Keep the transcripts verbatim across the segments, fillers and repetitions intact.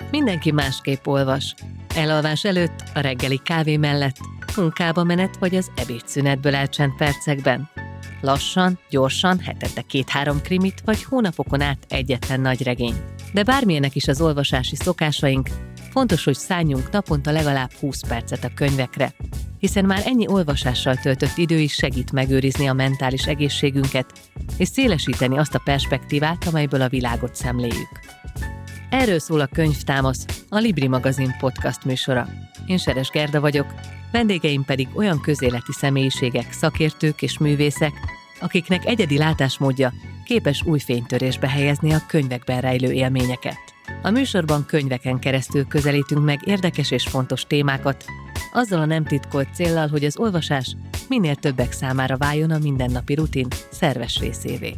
Mindenki másképp olvas. Elalvás előtt, a reggeli kávé mellett, munkába menet vagy az ebédszünetből elcsent percekben. Lassan, gyorsan, hetente két-három krimit vagy hónapokon át egyetlen nagy regényt. De bármilyenek is az olvasási szokásaink, fontos, hogy szálljunk naponta legalább húsz percet a könyvekre, hiszen már ennyi olvasással töltött idő is segít megőrizni a mentális egészségünket, és szélesíteni azt a perspektívát, amelyből a világot szemléljük. Erről szól a Könyvtámasz, a Libri magazin podcast műsora. Én Seres Gerda vagyok, vendégeim pedig olyan közéleti személyiségek, szakértők és művészek, akiknek egyedi látásmódja képes új fénytörésbe helyezni a könyvekben rejlő élményeket. A műsorban könyveken keresztül közelítünk meg érdekes és fontos témákat, azzal a nem titkolt céllal, hogy az olvasás minél többek számára váljon a mindennapi rutin szerves részévé.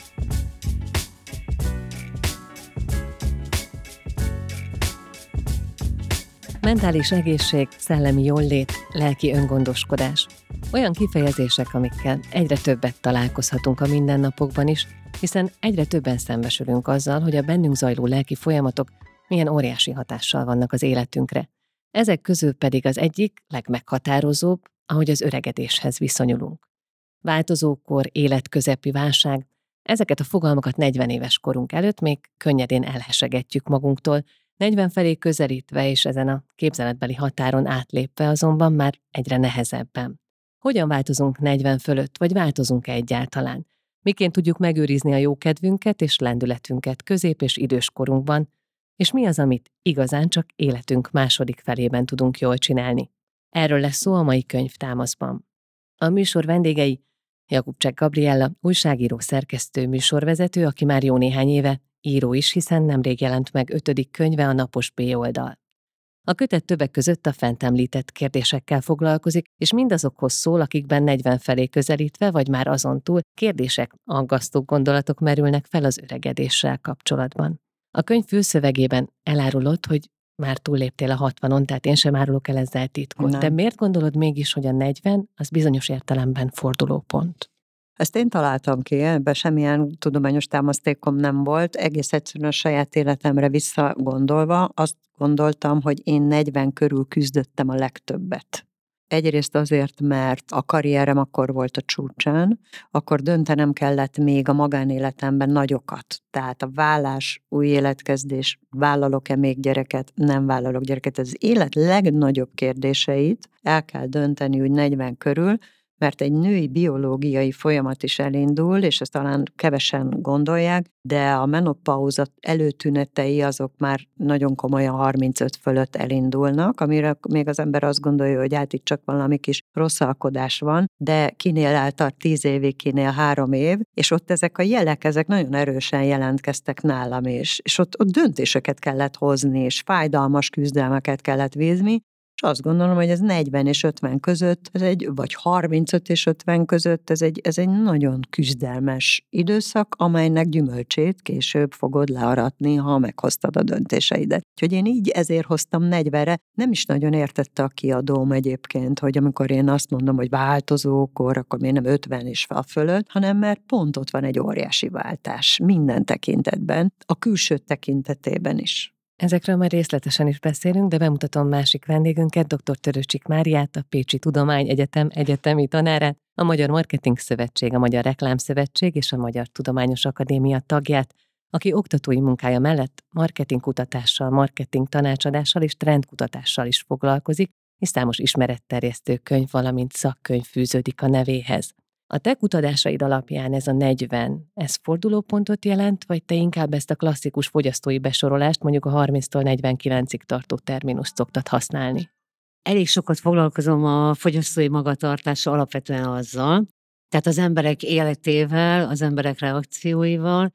Mentális egészség, szellemi jólét, lelki öngondoskodás. Olyan kifejezések, amikkel egyre többet találkozhatunk a mindennapokban is, hiszen egyre többen szembesülünk azzal, hogy a bennünk zajló lelki folyamatok milyen óriási hatással vannak az életünkre. Ezek közül pedig az egyik legmeghatározóbb, ahogy az öregedéshez viszonyulunk. Változókor, életközepi válság, ezeket a fogalmakat negyven éves korunk előtt még könnyedén elhesegetjük magunktól, negyven felé közelítve és ezen a képzeletbeli határon átlépve azonban már egyre nehezebben. Hogyan változunk negyven fölött, vagy változunk-e egyáltalán? Miként tudjuk megőrizni a jókedvünket és lendületünket közép- és időskorunkban, és mi az, amit igazán csak életünk második felében tudunk jól csinálni? Erről lesz szó a mai Könyvtámaszban. A műsor vendégei Jakubcsek Gabriella, újságíró, szerkesztő, műsorvezető, aki már jó néhány éve író is, hiszen nemrég jelent meg ötödik könyve, a Napos B-oldal. A kötet többek között a fent említett kérdésekkel foglalkozik, és mindazokhoz szól, akikben negyven felé közelítve, vagy már azon túl kérdések, aggasztó gondolatok merülnek fel az öregedéssel kapcsolatban. A könyv főszövegében elárulod, hogy már túlléptél a hatvanon, tehát én sem árulok el ezzel titkot. Nem. De miért gondolod mégis, hogy a negyven az bizonyos értelemben fordulópont? Ezt én találtam ki, ebben semmilyen tudományos támasztékom nem volt, egész egyszerűen a saját életemre visszagondolva azt gondoltam, hogy én negyven körül küzdöttem a legtöbbet. Egyrészt azért, mert a karrierem akkor volt a csúcsán, akkor döntenem kellett még a magánéletemben nagyokat. Tehát a vállás, új életkezdés, vállalok-e még gyereket, nem vállalok gyereket. Az élet legnagyobb kérdéseit el kell dönteni úgy negyven körül, mert egy női biológiai folyamat is elindul, és ezt talán kevesen gondolják, de a menopauza előtünetei azok már nagyon komolyan harmincöt fölött elindulnak, amire még az ember azt gondolja, hogy hát itt csak valami kis rosszalkodás van, de kinél eltart tíz évig, kinél három év, és ott ezek a jelek, ezek nagyon erősen jelentkeztek nálam is, és ott, ott döntéseket kellett hozni, és fájdalmas küzdelmeket kellett vízni, és azt gondolom, hogy ez negyven és ötven között, ez egy, vagy harmincöt és ötven között, ez egy, ez egy nagyon küzdelmes időszak, amelynek gyümölcsét később fogod learatni, ha meghoztad a döntéseidet. Úgyhogy én így ezért hoztam negyvenre, nem is nagyon értette a kiadóm egyébként, hogy amikor én azt mondom, hogy változókor, akkor miért nem ötven és fel fölött, hanem mert pont ott van egy óriási váltás minden tekintetben, a külső tekintetében is. Ezekről már részletesen is beszélünk, de bemutatom másik vendégünket, dr. Törőcsik Máriát, a Pécsi Tudományegyetem egyetemi tanárát, a Magyar Marketing Szövetség, a Magyar Reklámszövetség és a Magyar Tudományos Akadémia tagját, aki oktatói munkája mellett marketingkutatással, marketing tanácsadással és trendkutatással is foglalkozik, és számos ismeretterjesztő könyv, valamint szakkönyv fűződik a nevéhez. A te kutatásaid alapján ez a negyven, ez fordulópontot jelent, vagy te inkább ezt a klasszikus fogyasztói besorolást, mondjuk a harminctól negyvenkilencig tartó terminust szoktad használni? Elég sokat foglalkozom a fogyasztói magatartással, alapvetően azzal, tehát az emberek életével, az emberek reakcióival,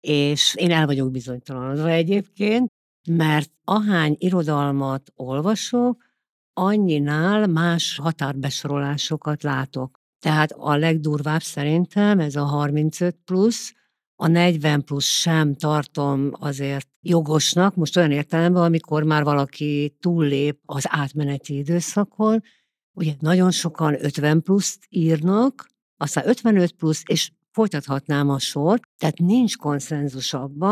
és én el vagyok bizonytalanodva egyébként, mert ahány irodalmat olvasok, annyinál más határbesorolásokat látok. Tehát a legdurvább szerintem ez a harmincöt plusz, a negyven plusz sem tartom azért jogosnak, most olyan értelemben, amikor már valaki túllép az átmeneti időszakon, ugye nagyon sokan ötven pluszt írnak, aztán ötvenöt plusz, és folytathatnám a sort, tehát nincs konszenzus abban,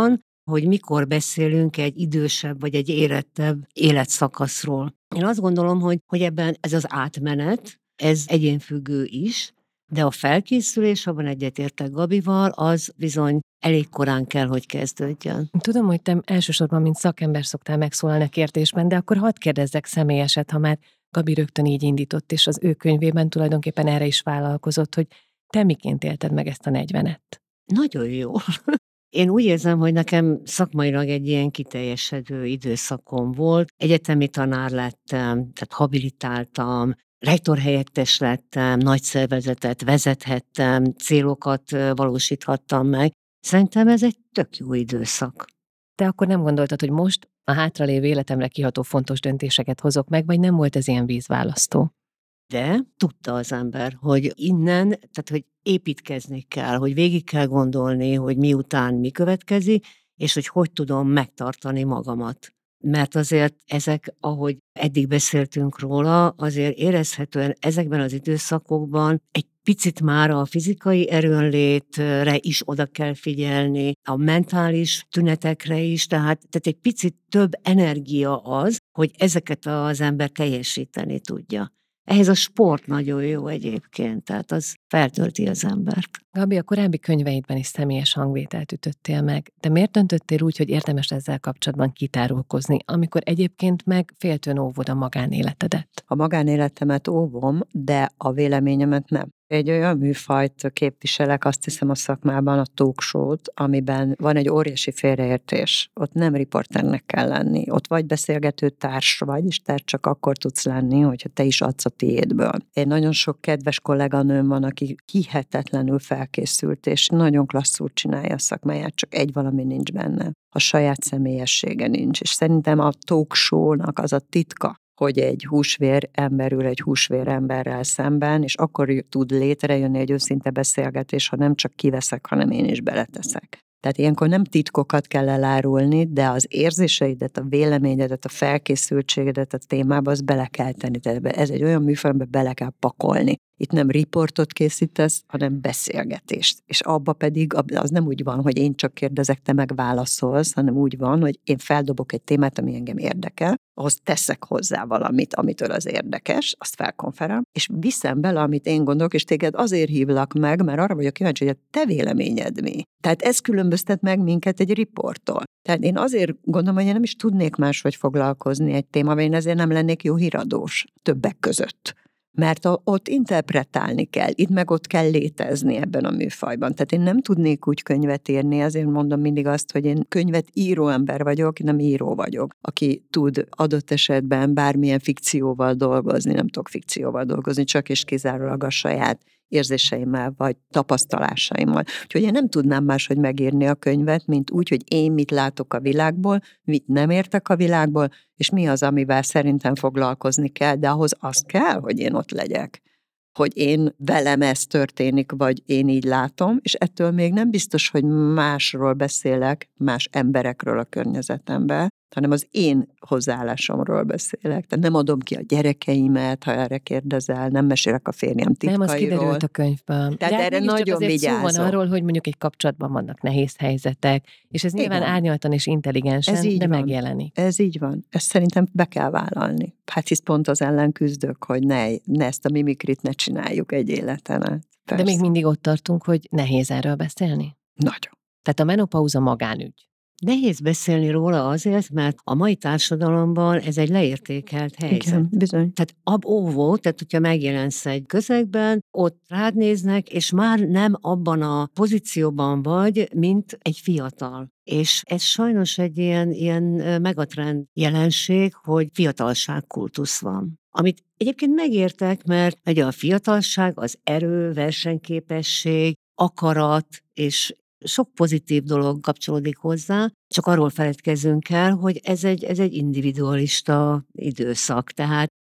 hogy mikor beszélünk egy idősebb vagy egy érettebb életszakaszról. Én azt gondolom, hogy, hogy ebben ez az átmenet, ez egyénfüggő is, de a felkészülés, abban egyetértek Gabival, az bizony elég korán kell, hogy kezdődjön. Tudom, hogy te elsősorban, mint szakember szoktál megszólalni a kérdésben, de akkor hadd kérdezzek személyeset, ha már Gabi rögtön így indított, és az ő könyvében tulajdonképpen erre is vállalkozott, hogy te miként élted meg ezt a negyvenet? Nagyon jó. Én úgy érzem, hogy nekem szakmailag egy ilyen kiteljesedő időszakom volt. Egyetemi tanár lettem, tehát habilitáltam, rektorhelyettes lettem, nagy szervezetet vezethettem, célokat valósíthattam meg. Szerintem ez egy tök jó időszak. Te akkor nem gondoltad, hogy most a hátralévő életemre kiható fontos döntéseket hozok meg, vagy nem volt ez ilyen vízválasztó? De tudta az ember, hogy innen, tehát hogy építkezni kell, hogy végig kell gondolni, hogy miután mi következik, és hogy hogy tudom megtartani magamat. Mert azért ezek, ahogy eddig beszéltünk róla, azért érezhetően ezekben az időszakokban egy picit már a fizikai erőnlétre is oda kell figyelni, a mentális tünetekre is, tehát, tehát egy picit több energia az, hogy ezeket az ember teljesíteni tudja. Ehhez a sport nagyon jó egyébként, tehát az feltölti az embert. Gabi, a korábbi könyveidben is személyes hangvételt ütöttél meg, de miért döntöttél úgy, hogy érdemes ezzel kapcsolatban kitárulkozni, amikor egyébként meg féltőn óvod a magánéletedet? A magánéletemet óvom, de a véleményemet nem. Egy olyan műfajt képviselek, azt hiszem a szakmában, a talk show-t, amiben van egy óriási félreértés. Ott nem riporternek kell lenni. Ott vagy beszélgető társ vagy, és te csak akkor tudsz lenni, hogyha te is adsz a tiédből. Én nagyon sok kedves kolléganőm van, aki hihetetlenül felkészült, és nagyon klasszul csinálja a szakmáját, csak egy valami nincs benne. A saját személyessége nincs. És szerintem a talk show-nak az a titka, hogy egy húsvér ember ül egy húsvér emberrel szemben, és akkor tud létrejönni egy őszinte beszélgetés, ha nem csak kiveszek, hanem én is beleteszek. Tehát ilyenkor nem titkokat kell elárulni, de az érzéseidet, a véleményedet, a felkészültségedet a témába, az bele kell tenni. Tehát ez egy olyan műfaj, amiben bele kell pakolni. Itt nem riportot készítesz, hanem beszélgetést. És abba pedig az nem úgy van, hogy én csak kérdezek, te meg válaszolsz, hanem úgy van, hogy én feldobok egy témát, ami engem érdekel, ahhoz teszek hozzá valamit, amitől az érdekes, azt felkonferálom, és viszem bele, amit én gondolok, és téged azért hívlak meg, mert arra vagyok kíváncsi, hogy a te véleményed mi. Tehát ez különböztet meg minket egy riporttól. Tehát én azért gondolom, hogy én nem is tudnék máshogy foglalkozni egy témával, én ezért nem lennék jó híradós többek között. Mert ott interpretálni kell, itt meg ott kell létezni ebben a műfajban. Tehát én nem tudnék úgy könyvet írni, azért mondom mindig azt, hogy én könyvet író ember vagyok, nem író vagyok, aki tud adott esetben bármilyen fikcióval dolgozni, nem tudok fikcióval dolgozni, csak és kizárólag a saját érzéseimmel, vagy tapasztalásaimmal. Úgyhogy én nem tudnám máshogy megírni a könyvet, mint úgy, hogy én mit látok a világból, mit nem értek a világból, és mi az, amivel szerintem foglalkozni kell, de ahhoz az kell, hogy én ott legyek. Hogy én velem ez történik, vagy én így látom, és ettől még nem biztos, hogy másról beszélek, más emberekről a környezetemben, hanem az én hozzáállásomról beszélek. Tehát nem adom ki a gyerekeimet, ha erre kérdezel, nem mesélek a férjem titkairól. Nem, az kiderült a könyvből. Tehát de erre nagyon vigyázom. Szó van arról, hogy mondjuk egy kapcsolatban vannak nehéz helyzetek, és ez Igen. nyilván árnyaltan és intelligensen, ez így de van. megjelenik. Ez így van. Ezt szerintem be kell vállalni. Hát hisz pont az ellen küzdök, hogy ne, ne ezt a mimikrit ne csináljuk egy életen át. De még mindig ott tartunk, hogy nehéz erről beszélni? Nagyon. Tehát a menopauza magánügy. Nehéz beszélni róla azért, mert a mai társadalomban ez egy leértékelt helyzet. Igen, bizony. Tehát ab óvó, tehát hogyha megjelensz egy közegben, ott rád néznek, és már nem abban a pozícióban vagy, mint egy fiatal. És ez sajnos egy ilyen, ilyen megatrend jelenség, hogy fiatalságkultusz van. Amit egyébként megértek, mert ugye a fiatalság, az erő, versenyképesség, akarat és sok pozitív dolog kapcsolódik hozzá, csak arról feledkezünk el, hogy ez egy, ez egy individualista időszak. Tehát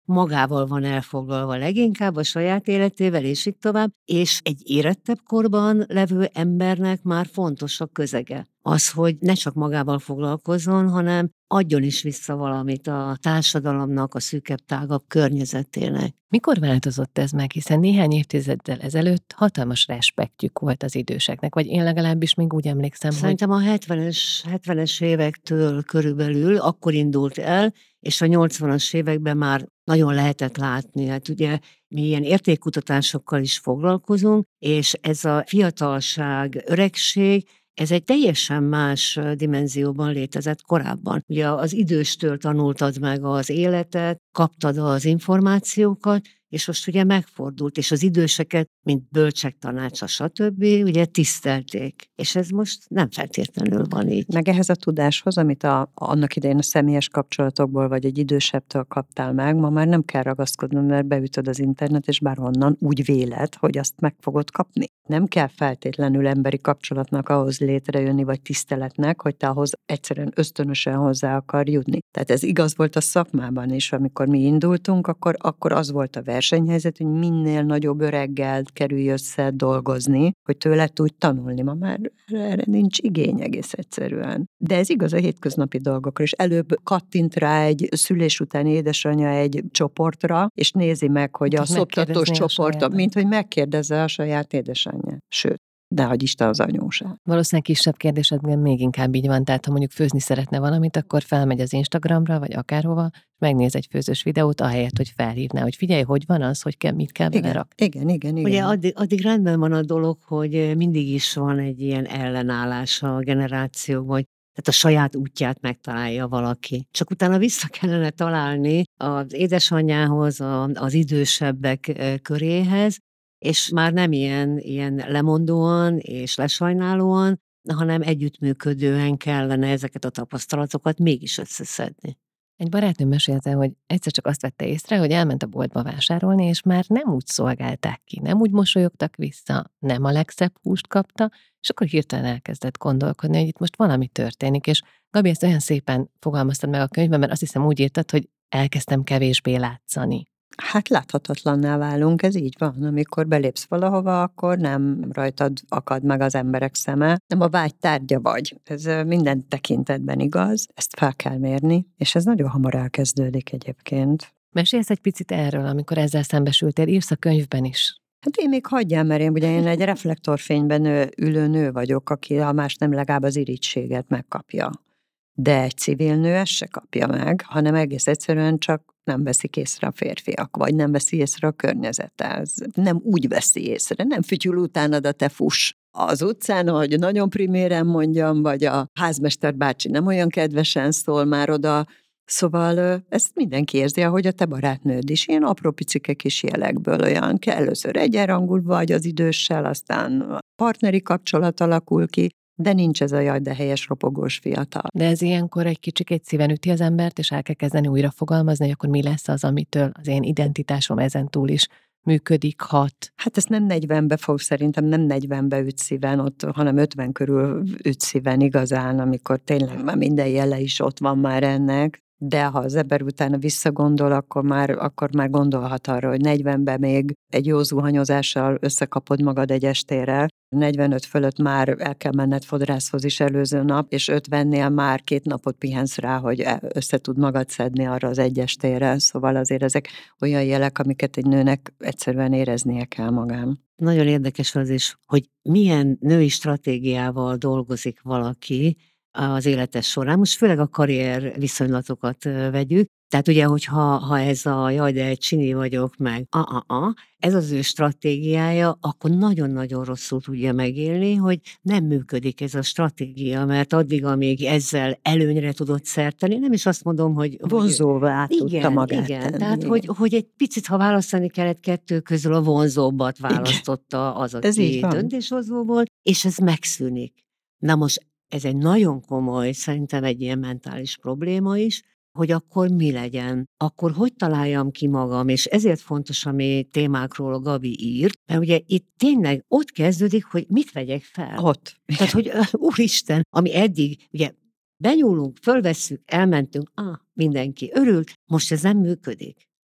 magával van elfoglalva leginkább a saját életével, és így tovább, és egy érettebb korban levő embernek már fontos a közege. Az, hogy ne csak magával foglalkozzon, hanem adjon is vissza valamit a társadalomnak, a szűkebb, tágabb környezetének. Mikor változott ez meg? Hiszen néhány évtizeddel ezelőtt hatalmas respektjük volt az időseknek, vagy én legalábbis még úgy emlékszem, Szerintem hogy... a hetvenes, hetvenes évektől körülbelül akkor indult el, és a nyolcvanas években már nagyon lehetett látni. Hát ugye mi ilyen értékkutatásokkal is foglalkozunk, és ez a fiatalság, öregség, ez egy teljesen más dimenzióban létezett korábban. Ugye az időstől tanultad meg az életet, kaptad az információkat, és most ugye megfordult, és az időseket, mint bölcsek tanácsa, stb. Ugye tisztelték. És ez most nem feltétlenül van így. Meg ehhez a tudáshoz, amit a, annak idején a személyes kapcsolatokból vagy egy idősebbtől kaptál meg, ma már nem kell ragaszkodnod, mert beütöd az internet, és bárhonnan úgy véled, hogy azt meg fogod kapni. Nem kell feltétlenül emberi kapcsolatnak ahhoz létrejönni, vagy tiszteletnek, hogy te ahhoz egyszerűen ösztönösen hozzá akar jutni. Tehát ez igaz volt a szakmában is, amikor mi indultunk, akkor, akkor az volt a versenyhelyzet, hogy minél nagyobb öreggel kerülj össze dolgozni, hogy tőle tudj tanulni. Ma már erre nincs igény egész egyszerűen. De ez igaz a hétköznapi dolgokra, és előbb kattint rá egy szülés utáni édesanyja egy csoportra, és nézi meg, hogy a szoptatós csoport, mint hogy megkérdezze a saját édesanyját. Sőt, dehogy Isten az anyósát. Valószínűleg kisebb kérdésedben még inkább így van, tehát ha mondjuk főzni szeretne valamit, akkor felmegy az Instagramra, vagy akárhova, megnéz egy főzős videót, ahelyett, hogy felhívná, hogy figyelj, hogy van az, hogy kell, mit kell igen, belerakni. Igen, igen, igen. Ugye addig, addig rendben van a dolog, hogy mindig is van egy ilyen ellenállás a generációkban, hogy tehát a saját útját megtalálja valaki. Csak utána vissza kellene találni az édesanyjához, az idősebbek köréhez, és már nem ilyen, ilyen lemondóan és lesajnálóan, hanem együttműködően kellene ezeket a tapasztalatokat mégis összeszedni. Egy barátnőm mesélte, hogy egyszer csak azt vette észre, hogy elment a boltba vásárolni, és már nem úgy szolgálták ki, nem úgy mosolyogtak vissza, nem a legszebb húst kapta, és akkor hirtelen elkezdett gondolkodni, hogy itt most valami történik, és Gabi, ezt olyan szépen fogalmaztad meg a könyvben, mert azt hiszem úgy írtad, hogy elkezdtem kevésbé látszani. Hát láthatatlanná válunk, ez így van. Amikor belépsz valahova, akkor nem rajtad akad meg az emberek szeme, nem a vágy tárgya vagy. Ez minden tekintetben igaz, ezt fel kell mérni, és ez nagyon hamar elkezdődik egyébként. Mesélsz egy picit erről, amikor ezzel szembesültél, írsz a könyvben is. Hát én még hagyjál, mert én ugye én egy reflektorfényben ülő nő vagyok, aki ha más nem legalább az irítséget megkapja. De egy civil nő ezt se kapja meg, hanem egész egyszerűen csak nem veszik észre a férfiak, vagy nem veszi észre a környezete. Ez nem úgy veszi észre, nem fütyül utánad a te fuss az utcán, ahogy nagyon priméren mondjam, vagy a házmester bácsi nem olyan kedvesen szól már oda. Szóval ezt mindenki érzi, ahogy a te barátnőd is. Ilyen apró picike kis jelekből olyan kell. Először egyenrangú vagy az időssel, aztán a partneri kapcsolat alakul ki, de nincs ez a jaj, de helyes, ropogós fiatal. De ez ilyenkor egy kicsikét szíven üti az embert, és el kell kezdeni újra fogalmazni, hogy akkor mi lesz az, amitől az én identitásom ezen túl is működik, hat. Hát ezt nem negyvenbe fog, szerintem nem negyvenbe üt szíven ott, hanem ötven körül üt szíven igazán, amikor tényleg már minden jele is ott van már ennek. De ha az ember utána visszagondol, akkor már, akkor már gondolhat arra, hogy negyvenben még egy jó zuhanyozással összekapod magad egy estére, negyvenöt fölött már el kell menned fodrászhoz is előző nap, és ötvennél már két napot pihensz rá, hogy össze tud magad szedni arra az egy estére. Szóval azért ezek olyan jelek, amiket egy nőnek egyszerűen éreznie kell magán. Nagyon érdekes az is, hogy milyen női stratégiával dolgozik valaki az élete során. Most főleg a karrier viszonylatokat vegyük. Tehát ugye, hogyha ha ez a jaj, de egy csini vagyok meg, a-a-a, ez az ő stratégiája, akkor nagyon-nagyon rosszul tudja megélni, hogy nem működik ez a stratégia, mert addig, amíg ezzel előnyre tudott szert tenni, nem is azt mondom, hogy... Vonzóvá hogy, tudta igen, magát igen, tenni. tehát, igen. Hogy, hogy egy picit, ha választani kellett kettő közül, a vonzóbbat választotta az, aki döntéshozó volt, és ez megszűnik. Na most ez egy nagyon komoly, szerintem egy ilyen mentális probléma is, hogy akkor mi legyen, akkor hogy találjam ki magam, és ezért fontos, ami témákról a Gabi írt, mert ugye itt tényleg ott kezdődik, hogy mit vegyek fel. Ott. Tehát, hogy úristen, ami eddig, ugye benyúlunk, fölvesszük, elmentünk, ah, mindenki örült, most ez nem működik.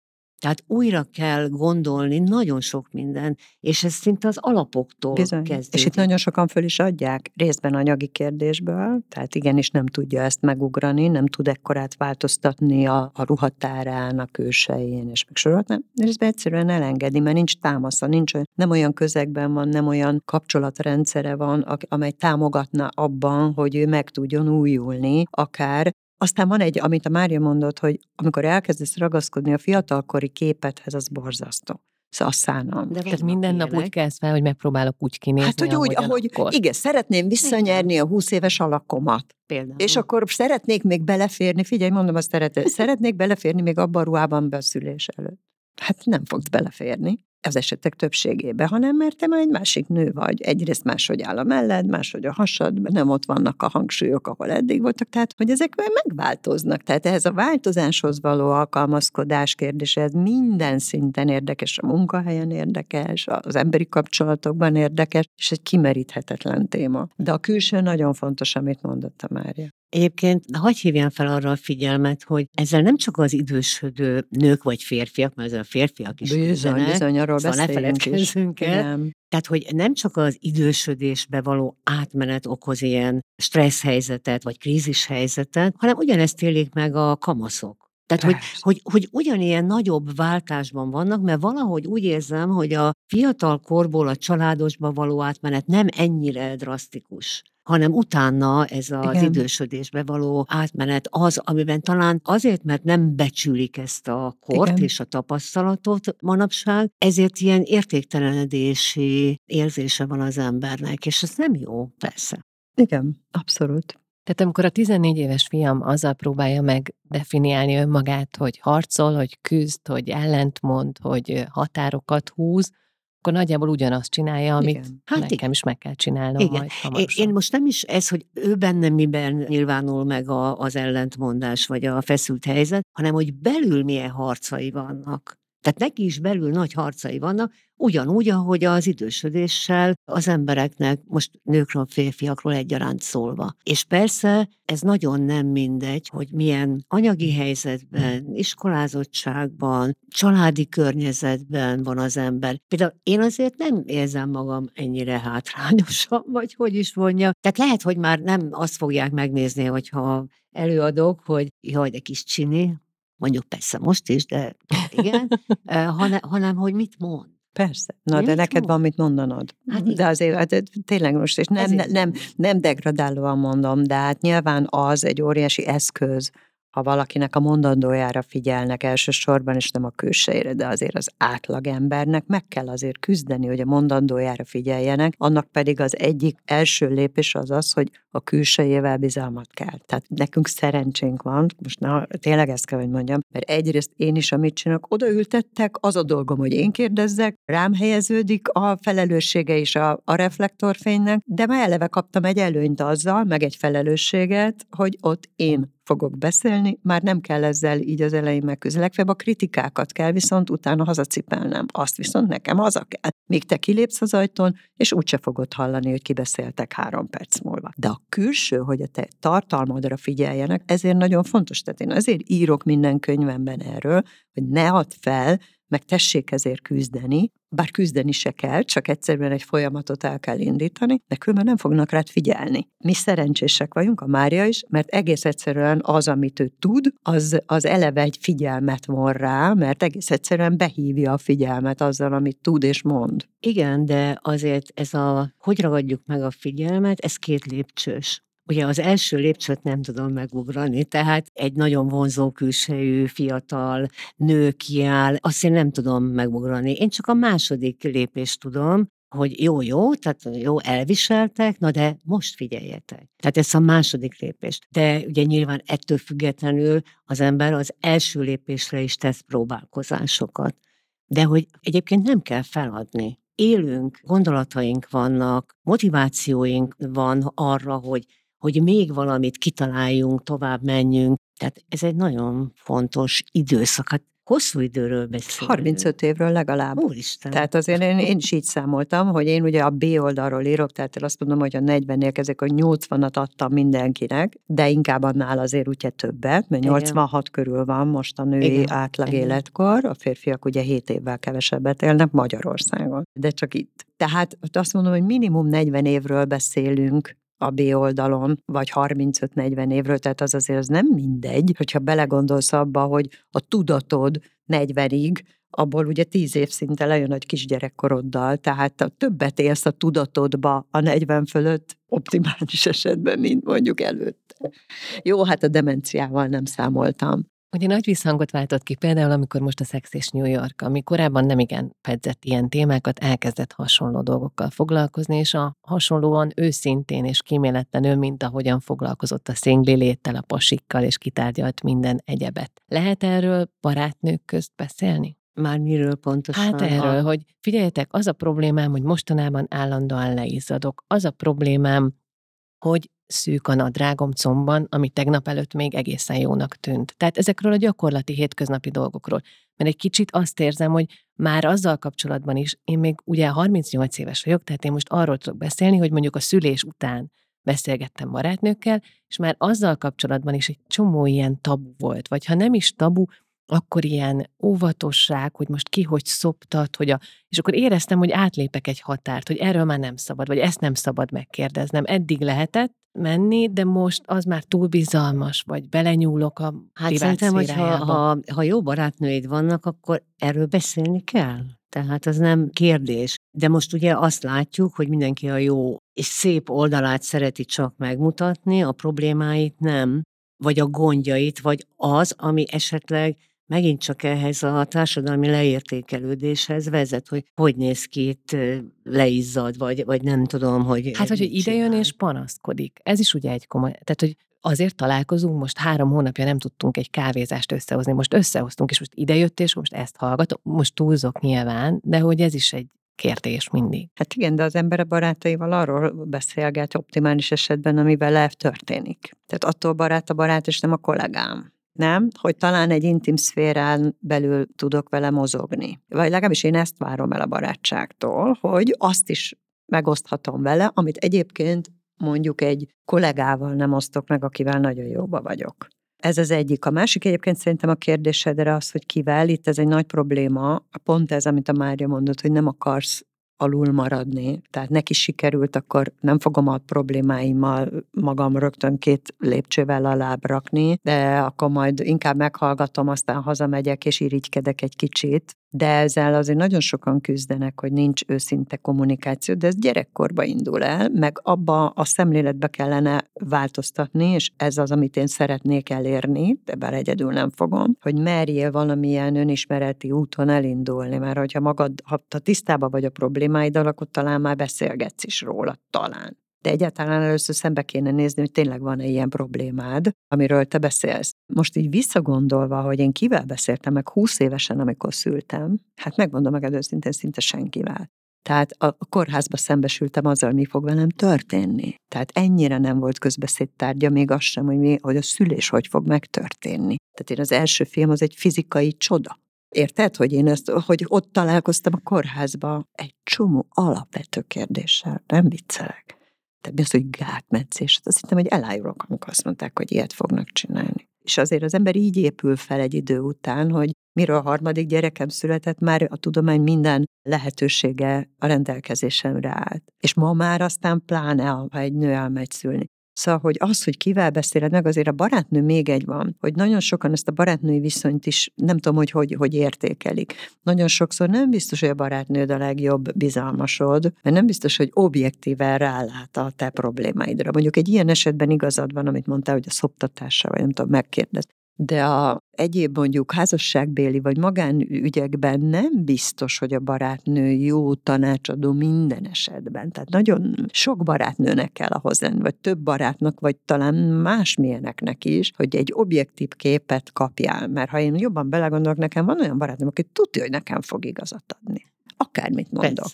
Tehát újra kell gondolni nagyon sok minden, és ez szinte az alapoktól Bizony. kezdődik. És itt nagyon sokan föl is adják, részben anyagi kérdésből, tehát igenis nem tudja ezt megugrani, nem tud ekkorát változtatni a, a ruhatárán, a kősején, és meg sorolhatnám. Részben egyszerűen elengedi, mert nincs támasza, nincs olyan, nem olyan közegben van, nem olyan kapcsolatrendszere van, amely támogatna abban, hogy ő meg tudjon újulni, akár. Aztán van egy, amit a Mária mondott, hogy amikor elkezdesz ragaszkodni a fiatalkori képedhez, az borzasztó. Szóval szánalmas. De tehát minden nap úgy kezd fel, hogy megpróbálok úgy kinézni, hát, hogy úgy, ahogy, akkor. Igen, szeretném visszanyerni a húsz éves alakomat. Például. És akkor szeretnék még beleférni, figyelj, mondom azt szeretet, szeretnék beleférni még abban a ruhában be a szülés előtt. Hát nem fogsz beleférni az esetek többségébe, hanem mert te már egy másik nő vagy. Egyrészt máshogy áll a melled, máshogy a hasad, nem ott vannak a hangsúlyok, ahol eddig voltak, tehát hogy ezek megváltoznak. Tehát ehhez a változáshoz való alkalmazkodás kérdése, ez minden szinten érdekes, a munkahelyen érdekes, az emberi kapcsolatokban érdekes, és egy kimeríthetetlen téma. De a külső nagyon fontos, amit mondott a Mária. Egyébként hagyj hívjam fel arra a figyelmet, hogy ezzel nem csak az idősödő nők vagy férfiak, mert ezzel a férfiak is bizony, üzenek, bizony, arról szóval ne feledkezzünk el. Tehát, hogy nem csak az idősödésbe való átmenet okoz ilyen stressz helyzetet, vagy krízis helyzetet, hanem ugyanezt élik meg a kamaszok. Tehát, hogy, hogy, hogy ugyanilyen nagyobb váltásban vannak, mert valahogy úgy érzem, hogy a fiatal korból a családosba való átmenet nem ennyire drasztikus, hanem utána ez az Igen. idősödésbe való átmenet az, amiben talán azért, mert nem becsülik ezt a kort Igen. és a tapasztalatot manapság, ezért ilyen értéktelenedési érzése van az embernek, és ez nem jó, persze. Igen, abszolút. Tehát amikor a tizennégy éves fiam azzal próbálja meg definiálni önmagát, hogy harcol, hogy küzd, hogy ellentmond, hogy határokat húz, akkor nagyjából ugyanazt csinálja, amit igen. hát nekem igen. is meg kell csinálnom igen. majd hamarosan. Én most nem is ez, hogy ő bennem miben nyilvánul meg a, az ellentmondás, vagy a feszült helyzet, hanem hogy belül milyen harcai vannak. Tehát neki is belül nagy harcai vannak, ugyanúgy, ahogy az idősödéssel az embereknek, most nőkről, férfiakról egyaránt szólva. És persze ez nagyon nem mindegy, hogy milyen anyagi helyzetben, iskolázottságban, családi környezetben van az ember. Például én azért nem érzem magam ennyire hátrányosan, vagy hogy is mondja. Tehát lehet, hogy már nem azt fogják megnézni, hogyha előadok, hogy jaj, de kis csini, mondjuk persze most is, de igen, hanem, hanem hogy mit mond. Persze. Na, de neked mond? Van mit mondanod. Hát de azért hát, tényleg most, és nem, nem, nem, nem degradálóan mondom, de hát nyilván az egy óriási eszköz, ha valakinek a mondandójára figyelnek elsősorban, és nem a külsejére, de azért az átlagembernek meg kell azért küzdeni, hogy a mondandójára figyeljenek, annak pedig az egyik első lépés az az, hogy a külsejével bizalmat kell. Tehát nekünk szerencsénk van, most na, tényleg ezt kell, hogy mondjam, mert egyrészt én is, amit csinálok, odaültettek, az a dolgom, hogy én kérdezzek, rám helyeződik a felelőssége is a, a reflektorfénynek, de már eleve kaptam egy előnyt azzal, meg egy felelősséget, hogy ott én fogok beszélni, már nem kell ezzel így az elején megküzdeni. Legfeljebb a kritikákat kell, viszont utána hazacipelnem. Azt viszont nekem haza kell. Míg te kilépsz az ajtón, és úgyse fogod hallani, hogy kibeszéltek három perc múlva. De a külső, hogy a te tartalmadra figyeljenek, ezért nagyon fontos. Tehát én azért írok minden könyvemben erről, hogy ne add fel, meg tessék ezért küzdeni, bár küzdeni se kell, csak egyszerűen egy folyamatot el kell indítani, de különben nem fognak rád figyelni. Mi szerencsések vagyunk, a Mária is, mert egész egyszerűen az, amit ő tud, az, az eleve egy figyelmet von rá, mert egész egyszerűen behívja a figyelmet azzal, amit tud és mond. Igen, de azért ez a, hogy ragadjuk meg a figyelmet, ez két lépcsős. Ugye az első lépcsőt nem tudom megugrani, tehát egy nagyon vonzó külsejű fiatal nő kiáll, azt én nem tudom megugrani. Én csak a második lépést tudom, hogy jó-jó, tehát jó, elviseltek, na de most figyeljetek. Tehát ez a második lépés. De ugye nyilván ettől függetlenül az ember az első lépésre is tesz próbálkozásokat. De hogy egyébként nem kell feladni. Élünk, gondolataink vannak, motivációink van arra, hogy hogy még valamit kitaláljunk, tovább menjünk. Tehát ez egy nagyon fontos időszak. Hát hosszú időről beszélünk. harmincöt évről legalább. Úristen. Tehát azért én, én is így számoltam, hogy én ugye a B oldalról írok, tehát én azt mondom, hogy a negyvennél kezdek, hogy nyolcvanat adtam mindenkinek, de inkább annál azért ugye többet, mert Igen. nyolcvanhat körül van most a női Igen. átlag Igen. életkor, a férfiak ugye hét évvel kevesebbet élnek Magyarországon, de csak itt. Tehát azt mondom, hogy minimum negyven évről beszélünk a B oldalon, vagy harmincöt-negyven évről, tehát az azért az nem mindegy, hogyha belegondolsz abba, hogy a tudatod negyvenig, abból ugye tíz év szinte lejön egy kisgyerekkoroddal, tehát a többet élsz a tudatodba a negyven fölött, optimális esetben, mint mondjuk előtte. Jó, hát a demenciával nem számoltam. Ugye nagy visszhangot váltott ki például, amikor most a Sex és New York, ami korábban nem igen fedzett ilyen témákat, elkezdett hasonló dolgokkal foglalkozni, és a hasonlóan őszintén és kíméletlenül, mint ahogyan foglalkozott a szingli léttel, a pasikkal, és kitárgyalt minden egyebet. Lehet erről barátnők közt beszélni? Már miről pontosan? Hát erről, hogy figyeljetek, az a problémám, hogy mostanában állandóan leizzadok. Az a problémám, hogy szűk a nadrágom combban, ami tegnap előtt még egészen jónak tűnt. Tehát ezekről a gyakorlati hétköznapi dolgokról. Mert egy kicsit azt érzem, hogy már azzal kapcsolatban is, én még ugye harmincnyolc éves vagyok, tehát én most arról tudok beszélni, hogy mondjuk a szülés után beszélgettem barátnőkkel, és már azzal kapcsolatban is egy csomó ilyen tabu volt. Vagy ha nem is tabu, akkor ilyen óvatosság, hogy most ki hogy szoptat, hogy a... és akkor éreztem, hogy átlépek egy határt, hogy erről már nem szabad, vagy ezt nem szabad megkérdeznem. Eddig lehetett menni, de most az már túl bizalmas, vagy belenyúlok a Hát privát szerintem, hogy ha, szférájába. ha, ha jó barátnőid vannak, akkor erről beszélni kell. Tehát az nem kérdés. De most ugye azt látjuk, hogy mindenki a jó és szép oldalát szereti csak megmutatni, a problémáit nem, vagy a gondjait, vagy az, ami esetleg megint csak ehhez a társadalmi leértékelődéshez vezet, hogy hogy néz ki itt, leizzad, vagy, vagy nem tudom, hogy... Hát, hogy, hogy idejön és panaszkodik. Ez is ugye egy komoly... Tehát, hogy azért találkozunk, most három hónapja nem tudtunk egy kávézást összehozni, most összehoztunk, és most idejött, és most ezt hallgatom. Most túlzok nyilván, de hogy ez is egy kérdés mindig. Hát igen, de az ember a barátaival arról beszélget optimális esetben, ami vele történik. Tehát attól barát a barát, és nem a kollégám. Nem? Hogy talán egy intim szférán belül tudok vele mozogni. Vagy legalábbis én ezt várom el a barátságtól, hogy azt is megoszthatom vele, amit egyébként mondjuk egy kollégával nem osztok meg, akivel nagyon jóba vagyok. Ez az egyik. A másik egyébként szerintem a kérdésedre az, hogy kivel, itt ez egy nagy probléma, pont ez, amit a Mária mondott, hogy nem akarsz alul maradni. Tehát neki sikerült, akkor nem fogom a problémáimmal magam rögtön két lépcsővel alább rakni, de akkor majd inkább meghallgatom, aztán hazamegyek és irigykedek egy kicsit. De ezzel azért nagyon sokan küzdenek, hogy nincs őszinte kommunikáció, de ez gyerekkorba indul el, meg abba a szemléletbe kellene változtatni, és ez az, amit én szeretnék elérni, de bár egyedül nem fogom, hogy merjél valamilyen önismereti úton elindulni, mert hogyha magad, ha tisztában vagy a problémáiddal, akkor talán már beszélgetsz is róla, talán. De egyáltalán először szembe kéne nézni, hogy tényleg van-e ilyen problémád, amiről te beszélsz. Most így visszagondolva, hogy én kivel beszéltem meg húsz évesen, amikor szültem, hát megmondom meg őszintén, szinte senkivel. Tehát a kórházba szembesültem azzal, mi fog velem történni. Tehát ennyire nem volt közbeszédtárgya, még az sem, hogy, mi, hogy a szülés hogy fog megtörténni. Tehát én az első film az egy fizikai csoda. Érted, hogy én ezt, hogy ott találkoztam a kórházba egy csomó alapvető kérdéssel, nem viccelek. Tehát mi az, hogy gátmetszés? Azt hittem, hogy elájulok, amikor azt mondták, hogy ilyet fognak csinálni. És azért az ember így épül fel egy idő után, hogy miről a harmadik gyerekem született, már a tudomány minden lehetősége a rendelkezésemre állt. És ma már aztán pláne, ha egy nő elmegy szülni. Szóval, hogy az, hogy kivel beszéled meg, azért a barátnő még egy van, hogy nagyon sokan ezt a barátnői viszonyt is nem tudom, hogy hogy, hogy értékelik. Nagyon sokszor nem biztos, hogy a barátnőd a legjobb bizalmasod, mert nem biztos, hogy objektíven rálát a te problémáidra. Mondjuk egy ilyen esetben igazad van, amit mondtál, hogy a szoptatással, vagy nem tudom, megkérdez. De a egyéb mondjuk házasságbéli vagy magánügyekben nem biztos, hogy a barátnő jó tanácsadó minden esetben. Tehát nagyon sok barátnőnek kell ahhoz lenni, vagy több barátnak, vagy talán másmilyeneknek is, hogy egy objektív képet kapjál. Mert ha én jobban belegondolok, nekem van olyan barátnőm, aki tudja, hogy nekem fog igazat adni. Akármit mondok. Persze.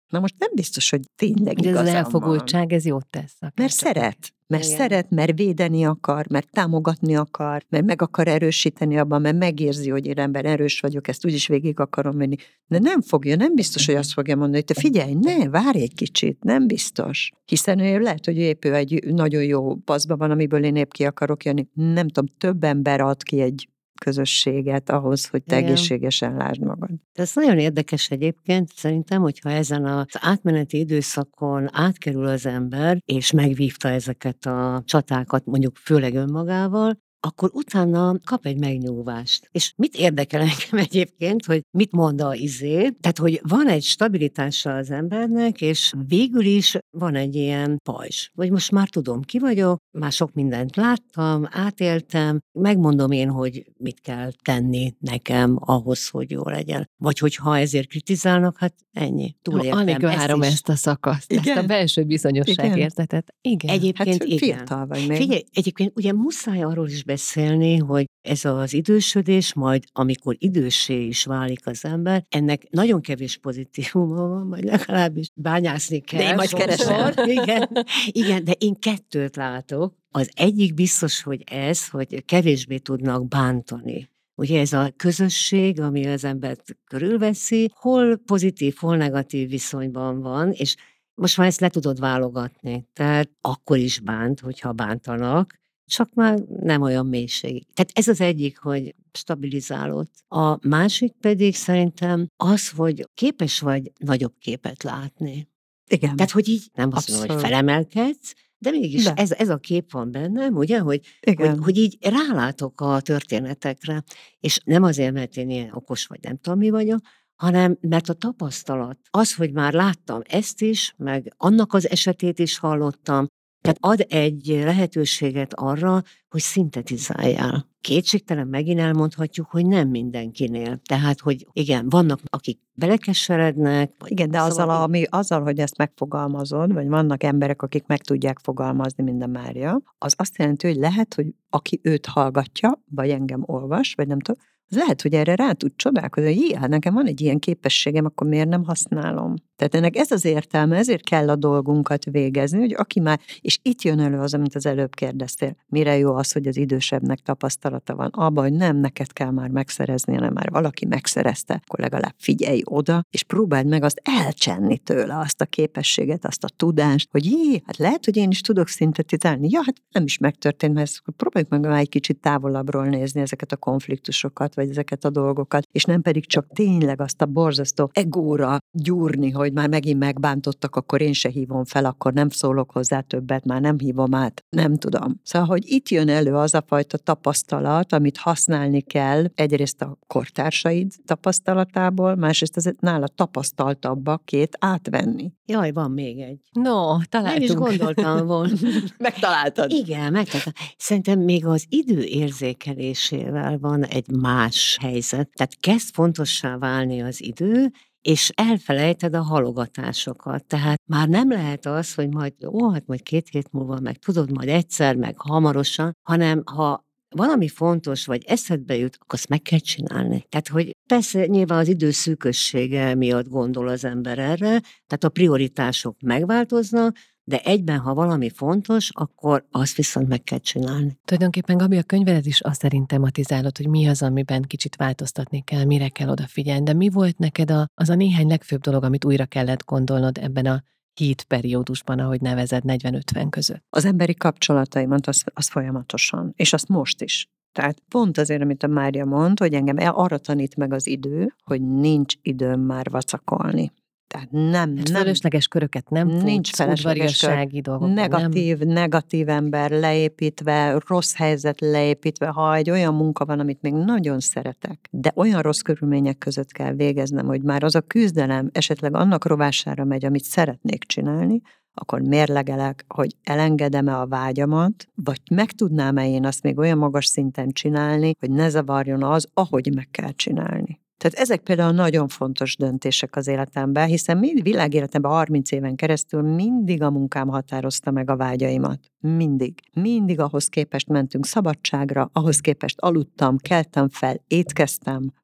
Na most nem biztos, hogy tényleg De ez az igazam van. elfogultság, ez jót tesz. Mert szeret. Mert Igen. szeret, mert védeni akar, mert támogatni akar, mert meg akar erősíteni abban, mert megérzi, hogy én ember erős vagyok, ezt úgyis végig akarom venni. De nem fogja, nem biztos, hogy azt fogja mondani, hogy te figyelj, ne, várj egy kicsit, nem biztos. Hiszen ő lehet, hogy épp ő egy nagyon jó paszban van, amiből én épp ki akarok jönni. Nem tudom, több ember ad ki egy közösséget ahhoz, hogy te Igen. egészségesen lásd magad. De ez nagyon érdekes egyébként, szerintem, hogyha ezen az átmeneti időszakon átkerül az ember, és megvívta ezeket a csatákat, mondjuk főleg önmagával, akkor utána kap egy megnyugvást. És mit érdekel engem egyébként, hogy mit mond a izé? Tehát, hogy van egy stabilitása az embernek, és végül is van egy ilyen pajzs. Vagy most már tudom, ki vagyok, már sok mindent láttam, átéltem, megmondom én, hogy mit kell tenni nekem ahhoz, hogy jó legyen. Vagy hogyha ezért kritizálnak, hát ennyi. Túléltem. Alig várom is. ezt a szakaszt, Igen. ezt a belső bizonyosság Igen. érzetet. Igen. Egyébként Hát igen. fiatal vagy még. Figyelj, egyébként ugye muszáj arról is beszélni, hogy ez az idősödés, majd amikor időssé is válik az ember, ennek nagyon kevés pozitívuma van, majd legalábbis bányászni kell. De én majd sokszor. keresem. Igen, igen, de én kettőt látok. Az egyik biztos, hogy ez, hogy kevésbé tudnak bántani. Ugye ez a közösség, ami az embert körülveszi, hol pozitív, hol negatív viszonyban van, és most már ezt le tudod válogatni. Tehát akkor is bánt, hogyha bántanak, csak már nem olyan mélység. Tehát ez az egyik, hogy stabilizálódsz. A másik pedig szerintem az, hogy képes vagy nagyobb képet látni. Igen. Tehát, hogy így nem azt mondom, hogy Abszolút. felemelkedsz, de mégis De. ez, ez a kép van bennem, ugye, hogy, Igen. hogy, hogy így rálátok a történetekre, és nem azért, mert én ilyen okos vagy nem tudom mi vagyok, hanem mert a tapasztalat, az, hogy már láttam ezt is, meg annak az esetét is hallottam, tehát ad egy lehetőséget arra, hogy szintetizáljál. Kétségtelen megint elmondhatjuk, hogy nem mindenkinél. Tehát, hogy igen, vannak, akik belekeserednek. Vagy Igen, de azzal, szóval, ami, azzal, hogy ezt megfogalmazod, vagy vannak emberek, akik meg tudják fogalmazni, mint a Mária, az azt jelenti, hogy lehet, hogy aki őt hallgatja, vagy engem olvas, vagy nem tudom, az lehet, hogy erre rá tud csodálkozni, hogy hát nekem van egy ilyen képességem, akkor miért nem használom? Tehát ennek ez az értelme, ezért kell a dolgunkat végezni, hogy aki már, és itt jön elő az, amit az előbb kérdeztél, mire jó az, hogy az idősebbnek tapasztalata van, abban, hogy nem neked kell már megszerezni, hanem már valaki megszerezte, akkor legalább figyelj oda, és próbáld meg azt elcsenni tőle, azt a képességet, azt a tudást, hogy jé, hát lehet, hogy én is tudok szintetizálni. Ja, hát nem is megtörtént, mert ezt próbáljuk meg már egy kicsit távolabbról nézni ezeket a konfliktusokat, vagy ezeket a dolgokat, és nem pedig csak tényleg azt a borzasztó egóra gyúrni, hogy már megint megbántottak, akkor én se hívom fel, akkor nem szólok hozzá többet, már nem hívom át, nem tudom. Szóval, hogy itt jön elő az a fajta tapasztalat, amit használni kell, egyrészt a kortársaid tapasztalatából, másrészt az nála tapasztaltabbakét átvenni. jaj, van még egy. No, Nem találtunk. is gondoltam volna. Megtaláltad. Igen, megtaláltam. Szerintem még az idő érzékelésével van egy más helyzet. Tehát kezd fontossá válni az idő, és elfelejted a halogatásokat. Tehát már nem lehet az, hogy majd, ó, hát majd két hét múlva, meg tudod, majd egyszer, meg hamarosan, hanem ha valami fontos, vagy eszedbe jut, akkor azt meg kell csinálni. Tehát, hogy persze nyilván az idő szűkössége miatt gondol az ember erre, tehát a prioritások megváltoznak, de egyben, ha valami fontos, akkor azt viszont meg kell csinálni. Tulajdonképpen, Gabi, a könyveled is azt szerint tematizálod, hogy mi az, amiben kicsit változtatni kell, mire kell odafigyelni. De mi volt neked a, az a néhány legfőbb dolog, amit újra kellett gondolnod ebben a hét periódusban, ahogy nevezed, negyven-ötven között? Az emberi kapcsolataimat, az, az folyamatosan, és azt most is. Tehát pont azért, amit a Mária mond, hogy engem el arra tanít meg az idő, hogy nincs időm már vacakolni. Tehát nem, Hát nem. fölösleges köröket nem futsz, Nincs felesleges udvariassági dolgokban Negatív, nem. negatív ember leépítve, rossz helyzet leépítve, ha egy olyan munka van, amit még nagyon szeretek, de olyan rossz körülmények között kell végeznem, hogy már az a küzdelem esetleg annak rovására megy, amit szeretnék csinálni, akkor mérlegelek, hogy elengedem-e a vágyamat, vagy meg tudnám-e én azt még olyan magas szinten csinálni, hogy ne zavarjon az, ahogy meg kell csinálni. Tehát ezek például nagyon fontos döntések az életemben, hiszen mind világéletemben harminc éven keresztül mindig a munkám határozta meg a vágyaimat. Mindig. Mindig ahhoz képest mentünk szabadságra, ahhoz képest aludtam, keltem fel, étkeztem,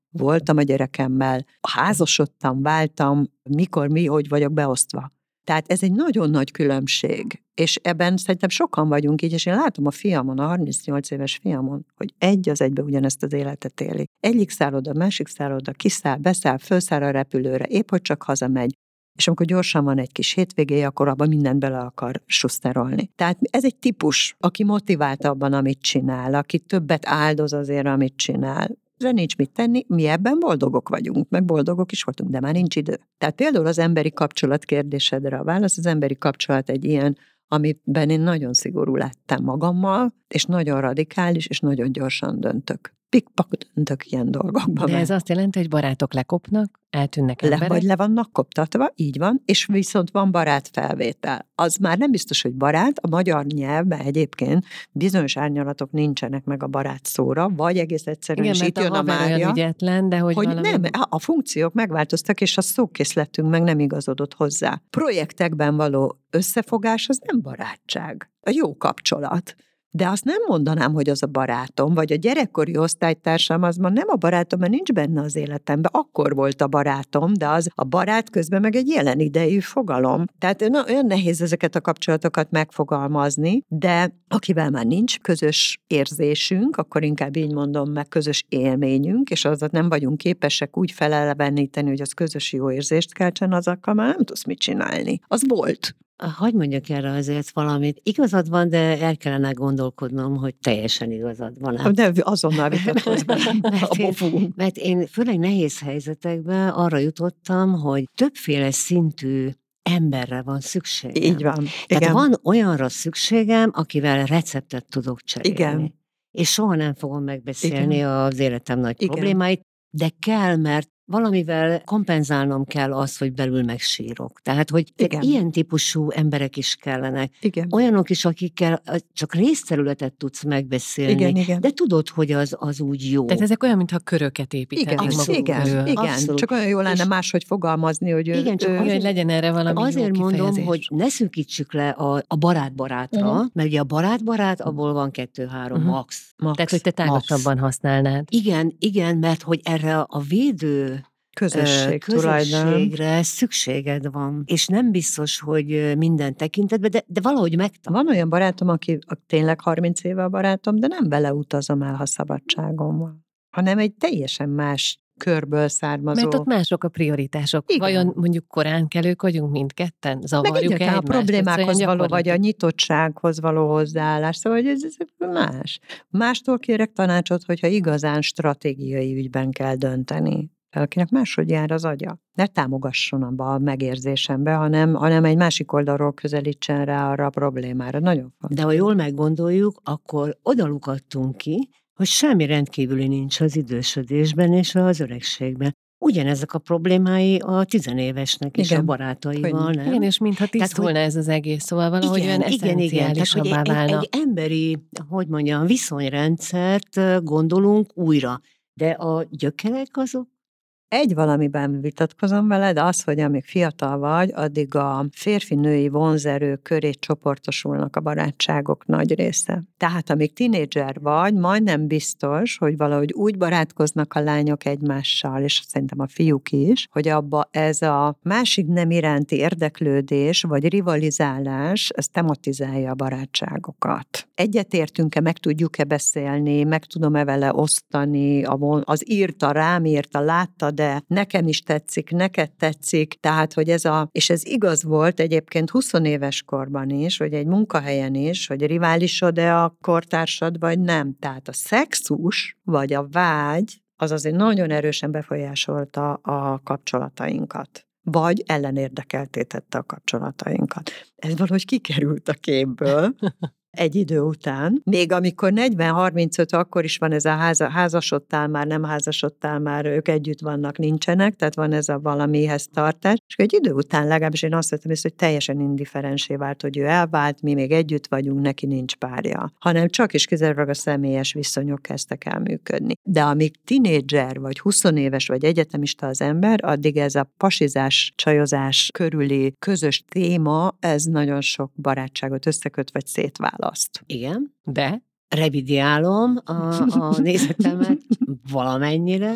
voltam a gyerekemmel, házasodtam, váltam, mikor, mi, hogy vagyok beosztva. Tehát ez egy nagyon nagy különbség, és ebben szerintem sokan vagyunk így, és én látom a fiamon, a harmincnyolc éves fiamon, hogy egy az egybe ugyanezt az életet éli. Egyik szálloda, másik szálloda, kiszáll, beszáll, fölszáll a repülőre, épp hogy csak hazamegy, és amikor gyorsan van egy kis hétvégéje, akkor abban mindent bele akar suszterolni. Tehát ez egy típus, aki motivált abban, amit csinál, aki többet áldoz azért, amit csinál. De nincs mit tenni, mi ebben boldogok vagyunk, meg boldogok is voltunk, de már nincs idő. Tehát például az emberi kapcsolat kérdésedre a válasz, az emberi kapcsolat egy ilyen, amiben én nagyon szigorú lettem magammal, és nagyon radikális, és nagyon gyorsan döntök. Pikpak döntök ilyen dolgokban. De ez azt jelenti, hogy barátok lekopnak, eltűnnek le, emberek? Vagy le vannak koptatva, így van, és viszont van barátfelvétel. Az már nem biztos, hogy barát, a magyar nyelvben egyébként bizonyos árnyalatok nincsenek meg a barát szóra, vagy egész egyszerűen igen, is itt jön a Mária. olyan ügyetlen, de hogy, hogy valami... nem, a funkciók megváltoztak, és a szókészletünk meg nem igazodott hozzá. Projektekben való összefogás az nem barátság, a jó kapcsolat. De azt nem mondanám, hogy az a barátom, vagy a gyerekkori osztálytársam, az ma nem a barátom, mert nincs benne az életemben. Akkor volt a barátom, de az a barát közben meg egy jelen idejű fogalom. Tehát na, olyan nehéz ezeket a kapcsolatokat megfogalmazni, de akivel már nincs közös érzésünk, akkor inkább így mondom, meg közös élményünk, és azat nem vagyunk képesek úgy feleleveníteni, hogy az közös jó érzést keltsen, azokkal már nem tudsz mit csinálni. Az volt. Hagy mondjak erre azért valamit. Igazad van, de el kellene gondolkodnom, hogy teljesen igazad van. De azonnal vitatkozz be. mert, én, mert én főleg nehéz helyzetekben arra jutottam, hogy többféle szintű emberre van szükségem. Így van. Tehát igen. van olyanra szükségem, akivel receptet tudok cserélni. Igen. És soha nem fogom megbeszélni Igen. az életem nagy Igen. problémáit, de kell, mert valamivel kompenzálnom kell azt, hogy belül megsírok. Tehát, hogy ilyen típusú emberek is kellenek. Igen. Olyanok is, akikkel csak részterületet tudsz megbeszélni, igen, igen. de tudod, hogy az, az úgy jó. Tehát ezek olyan, mintha köröket építenek igen, maguk igen, körül. igen. Abszolút. Csak olyan jó lenne és máshogy fogalmazni, hogy ő, igen, csak ő, azért, hogy legyen erre valami azért jó mondom, kifejezés. hogy ne szűkítsük le a, a barát-barátra, uh-huh. mert ugye a barát-barát, abból van kettő-három uh-huh. max. max. Tehát, hogy te tágosabban használnád. Igen, igen, mert hogy erre a védő Közösség, közösségre szükséged van. És nem biztos, hogy minden tekintetben, de, de valahogy megtalál. Van olyan barátom, aki tényleg harminc éve a barátom, de nem vele utazom el, ha szabadságom van. Hanem egy teljesen más körből származó. Mert ott mások a prioritások. Igen. Vajon mondjuk korán kelők vagyunk mindketten? Zavarjuk el a problémákhoz való, vagy a nyitottsághoz való hozzáállás. Szóval hogy ez, ez más. Mástól kérek tanácsot, hogyha igazán stratégiai ügyben kell dönteni. Akinek máshogy jár az agya. Ne támogasson abba a megérzésembe, hanem, hanem egy másik oldalról közelítsen rá arra a problémára. Nagyon fontos. De ha jól meggondoljuk, akkor odalukadtunk ki, hogy semmi rendkívüli nincs az idősödésben és az öregségben. Ugyanezek a problémái a tizenévesnek és igen. a barátaival, nem? Igen, és mintha tisztulna Tehát, ez az egész, szóval valahogy igen, olyan igen, igen. Tehát, hogy eszenciálisabbá egy, válna. egy emberi, hogy mondjam, viszonyrendszert gondolunk újra. De a gyökerek azok Egy valamiben vitatkozom veled, az, hogy amíg fiatal vagy, addig a férfi-női vonzerő köré csoportosulnak a barátságok nagy része. Tehát amíg tinédzser vagy, majdnem biztos, hogy valahogy úgy barátkoznak a lányok egymással, és szerintem a fiúk is, hogy abba ez a másik nem iránti érdeklődés, vagy rivalizálás, ez tematizálja a barátságokat. Egyetértünk-e, meg tudjuk-e beszélni, meg tudom-e vele osztani, az írta, rám írta, látta, de nekem is tetszik, neked tetszik, tehát, hogy ez a, és ez igaz volt egyébként húsz éves korban is, vagy egy munkahelyen is, hogy riválisod-e a kortársad, vagy nem. Tehát a szexus, vagy a vágy, az azért nagyon erősen befolyásolta a kapcsolatainkat. Vagy ellenérdekelté tette a kapcsolatainkat. Ez valahogy kikerült a képből. Egy idő után, még amikor negyven harmincöt, akkor is van ez a háza, házasodtál már, nem házasodtál már, ők együtt vannak, nincsenek, tehát van ez a valamihez tartás, és egy idő után legalábbis én azt vettem észre, hogy teljesen indifferensé vált, hogy ő elvált, mi még együtt vagyunk, neki nincs párja, hanem csak is kizárólag a személyes viszonyok kezdtek el működni. De amíg tinédzser, vagy húsz éves, vagy egyetemista az ember, addig ez a pasizás, csajozás körüli közös téma, ez nagyon sok barátságot összeköt, vagy szétválaszt. Igen. De? Revidiálom a, a nézetemet valamennyire,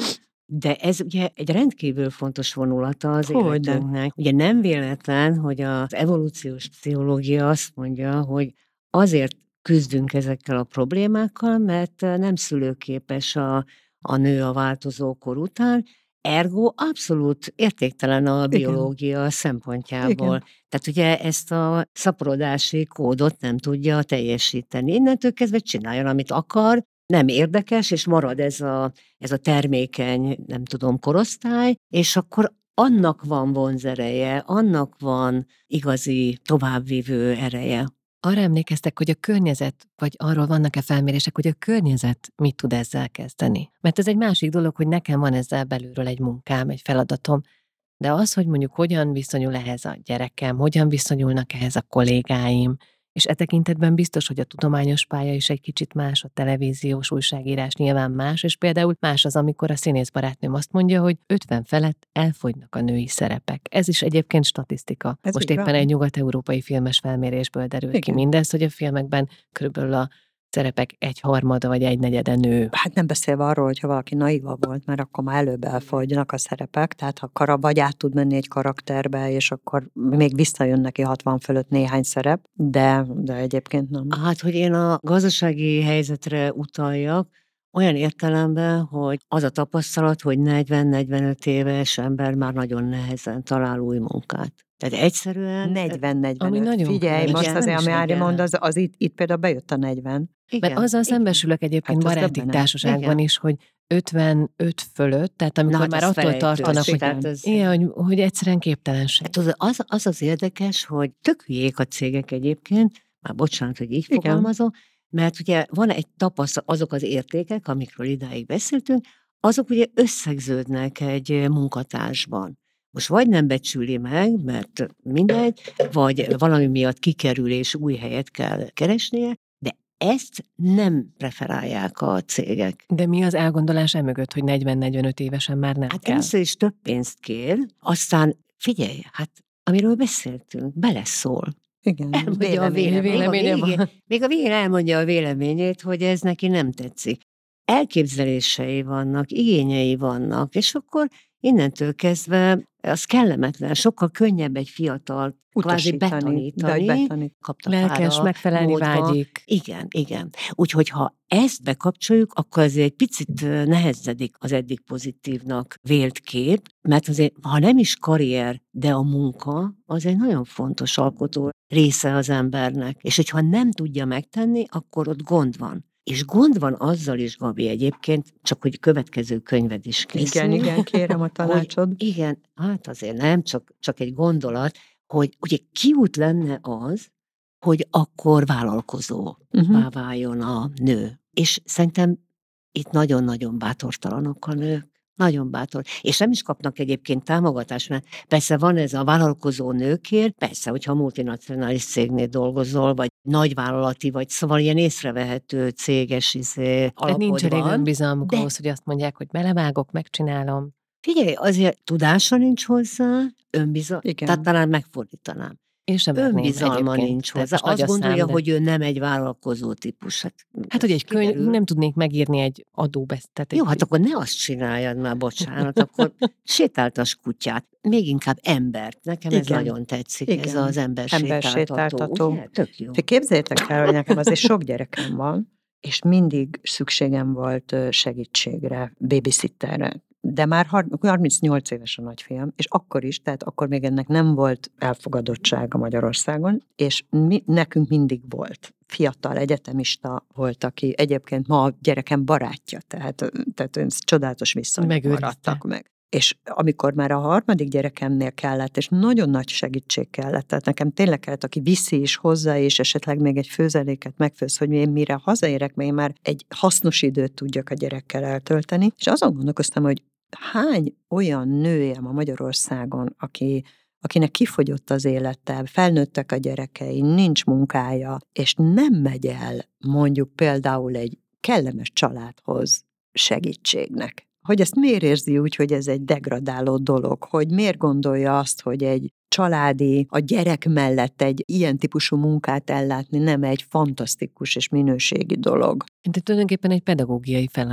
De ez ugye egy rendkívül fontos vonulata az Hogyne. életünknek. Ugye nem véletlen, hogy az evolúciós pszichológia azt mondja, hogy azért küzdünk ezekkel a problémákkal, mert nem szülőképes a, a nő a változó kor után, ergo abszolút értéktelen a biológia Igen. szempontjából. Igen. Tehát ugye ezt a szaporodási kódot nem tudja teljesíteni. Innentől kezdve csináljon, amit akar, nem érdekes, és marad ez a, ez a termékeny, nem tudom, korosztály, és akkor annak van vonzereje, annak van igazi továbbvívő ereje. Arra emlékeztek, hogy a környezet, vagy arról vannak-e felmérések, hogy a környezet mit tud ezzel kezdeni? Mert ez egy másik dolog, hogy nekem van ezzel belülről egy munkám, egy feladatom, de az, hogy mondjuk hogyan viszonyul ehhez a gyerekem, hogyan viszonyulnak ehhez a kollégáim, és e tekintetben biztos, hogy a tudományos pálya is egy kicsit más, a televíziós újságírás nyilván más, és például más az, amikor a színészbarátnőm azt mondja, hogy ötven felett elfogynak a női szerepek. Ez is egyébként statisztika. Ez Most így éppen van. egy nyugat-európai filmes felmérésből derült ki Igen. mindez, hogy a filmekben körülbelül a szerepek egy harmada vagy egy negyede nő. Hát nem beszélve arról, hogyha valaki naiva volt, mert akkor már előbb elfogynak a szerepek, tehát ha kara, vagy át tud menni egy karakterbe, és akkor még visszajön neki hatvan fölött néhány szerep, de, de egyébként nem. Hát, hogy én a gazdasági helyzetre utaljak, olyan értelemben, hogy az a tapasztalat, hogy negyven-negyvenöt éves ember már nagyon nehezen talál új munkát. Tehát egyszerűen... negyven Ami negyvenöt. nagyon Figyelj, kevés. most Igen, azért, nem is ami Ári igen. mond, az, az itt, itt például bejött a negyven. Mert azzal szembesülök egyébként Hát az baráti döbbenet. társaságban Igen. is, hogy ötvenöt fölött, tehát amikor Na, hát már az attól felejtős. tartanak, hogy, Tehát ez- igen, hogy, hogy egyszerűen képtelenség. Hát tudod, az, az az érdekes, hogy tök hülyék a cégek egyébként, már bocsánat, hogy így Igen. fogalmazom, mert ugye van egy tapasztalat, azok az értékek, amikről idáig beszéltünk, azok ugye összegződnek egy munkatársban. Most vagy nem becsüli meg, mert mindegy, vagy valami miatt kikerül és új helyet kell keresnie, de ezt nem preferálják a cégek. De mi az elgondolás emögött, hogy negyven-negyvenöt évesen már nem Hát kell? először is több pénzt kér, aztán figyelj, hát amiről beszéltünk, beleszól. Igen, Elmondja a véleményem. véleményét. Még a, Véleménye végén, van. még a végén elmondja a véleményét, hogy ez neki nem tetszik. Elképzelései vannak, igényei vannak, és akkor innentől kezdve az kellemetlen, sokkal könnyebb egy fiatal kvázi Utasítani, de hogy betanítani, betanít. kaptafára Lelkes, megfelelni módba. vágyik. Igen, igen. Úgyhogy ha ezt bekapcsoljuk, akkor azért egy picit ö, nehezedik az eddig pozitívnak vélt kép, mert azért, ha nem is karrier, de a munka, az egy nagyon fontos alkotó része az embernek. És hogyha nem tudja megtenni, akkor ott gond van. És gond van azzal is, Gabi, egyébként, csak hogy következő könyved is készül. Igen, igen, kérem a tanácsod. Hogy, igen, hát azért nem, csak, csak egy gondolat, hogy ugye kiút lenne az, hogy akkor vállalkozó Uh-huh. váljon a nő. És szerintem itt nagyon-nagyon bátortalanok a nők. Nagyon bátor. És nem is kapnak egyébként támogatást, mert persze van ez a vállalkozó nőkért, persze, hogyha multinacionális cégnél dolgozol, vagy nagyvállalati, vagy szóval ilyen észrevehető céges izé, Tehát nincs elég alapodban. önbizalmuk de- ahhoz, hogy azt mondják, hogy belevágok, megcsinálom. Figyelj, azért tudása nincs hozzá, önbizalma, Igen. tehát talán megfordítanám. Én sem verném Önbizalma egyébként. nincs Tehát hozzá. most nagy Azt a gondolja, szám, de- hogy ő nem egy vállalkozó típus. Hát, Hát, hogy egy könyv, kiderül. nem tudnék megírni egy adóbesztet. Jó, hát akkor ne azt csináljad már, bocsánat, akkor sétáltas kutyát, még inkább embert. Nekem ez Igen. nagyon tetszik, Igen. ez az ember sétáltató. Embersétáltató. Ugye? Tök jó. Te képzeljétek el, hogy nekem azért sok gyerekem van, és mindig szükségem volt ö, segítségre, babysitterre. De már har- harmincnyolc éves a nagyfiam, és akkor is, tehát akkor még ennek nem volt elfogadottsága Magyarországon, és mi, nekünk mindig volt. Fiatal egyetemista volt, aki egyébként ma a gyerekem barátja, tehát, tehát ez csodálatos viszonyok Megőrizte. maradtak meg. És amikor már a harmadik gyerekemnél kellett, és nagyon nagy segítség kellett, tehát nekem tényleg kellett, aki viszi is hozzá, és esetleg még egy főzeléket megfőz, hogy én mire hazaérek, még már egy hasznos időt tudjak a gyerekkel eltölteni. És azon gondolkoztam, hogy hány olyan nőjem a Magyarországon, aki, akinek kifogyott az élete, felnőttek a gyerekei, nincs munkája, és nem megy el mondjuk például egy kellemes családhoz segítségnek. Hogy ezt miért érzi úgy, hogy ez egy degradáló dolog? Hogy miért gondolja azt, hogy egy családi, a gyerek mellett egy ilyen típusú munkát ellátni nem egy fantasztikus és minőségi dolog? De tulajdonképpen egy pedagógiai feladat.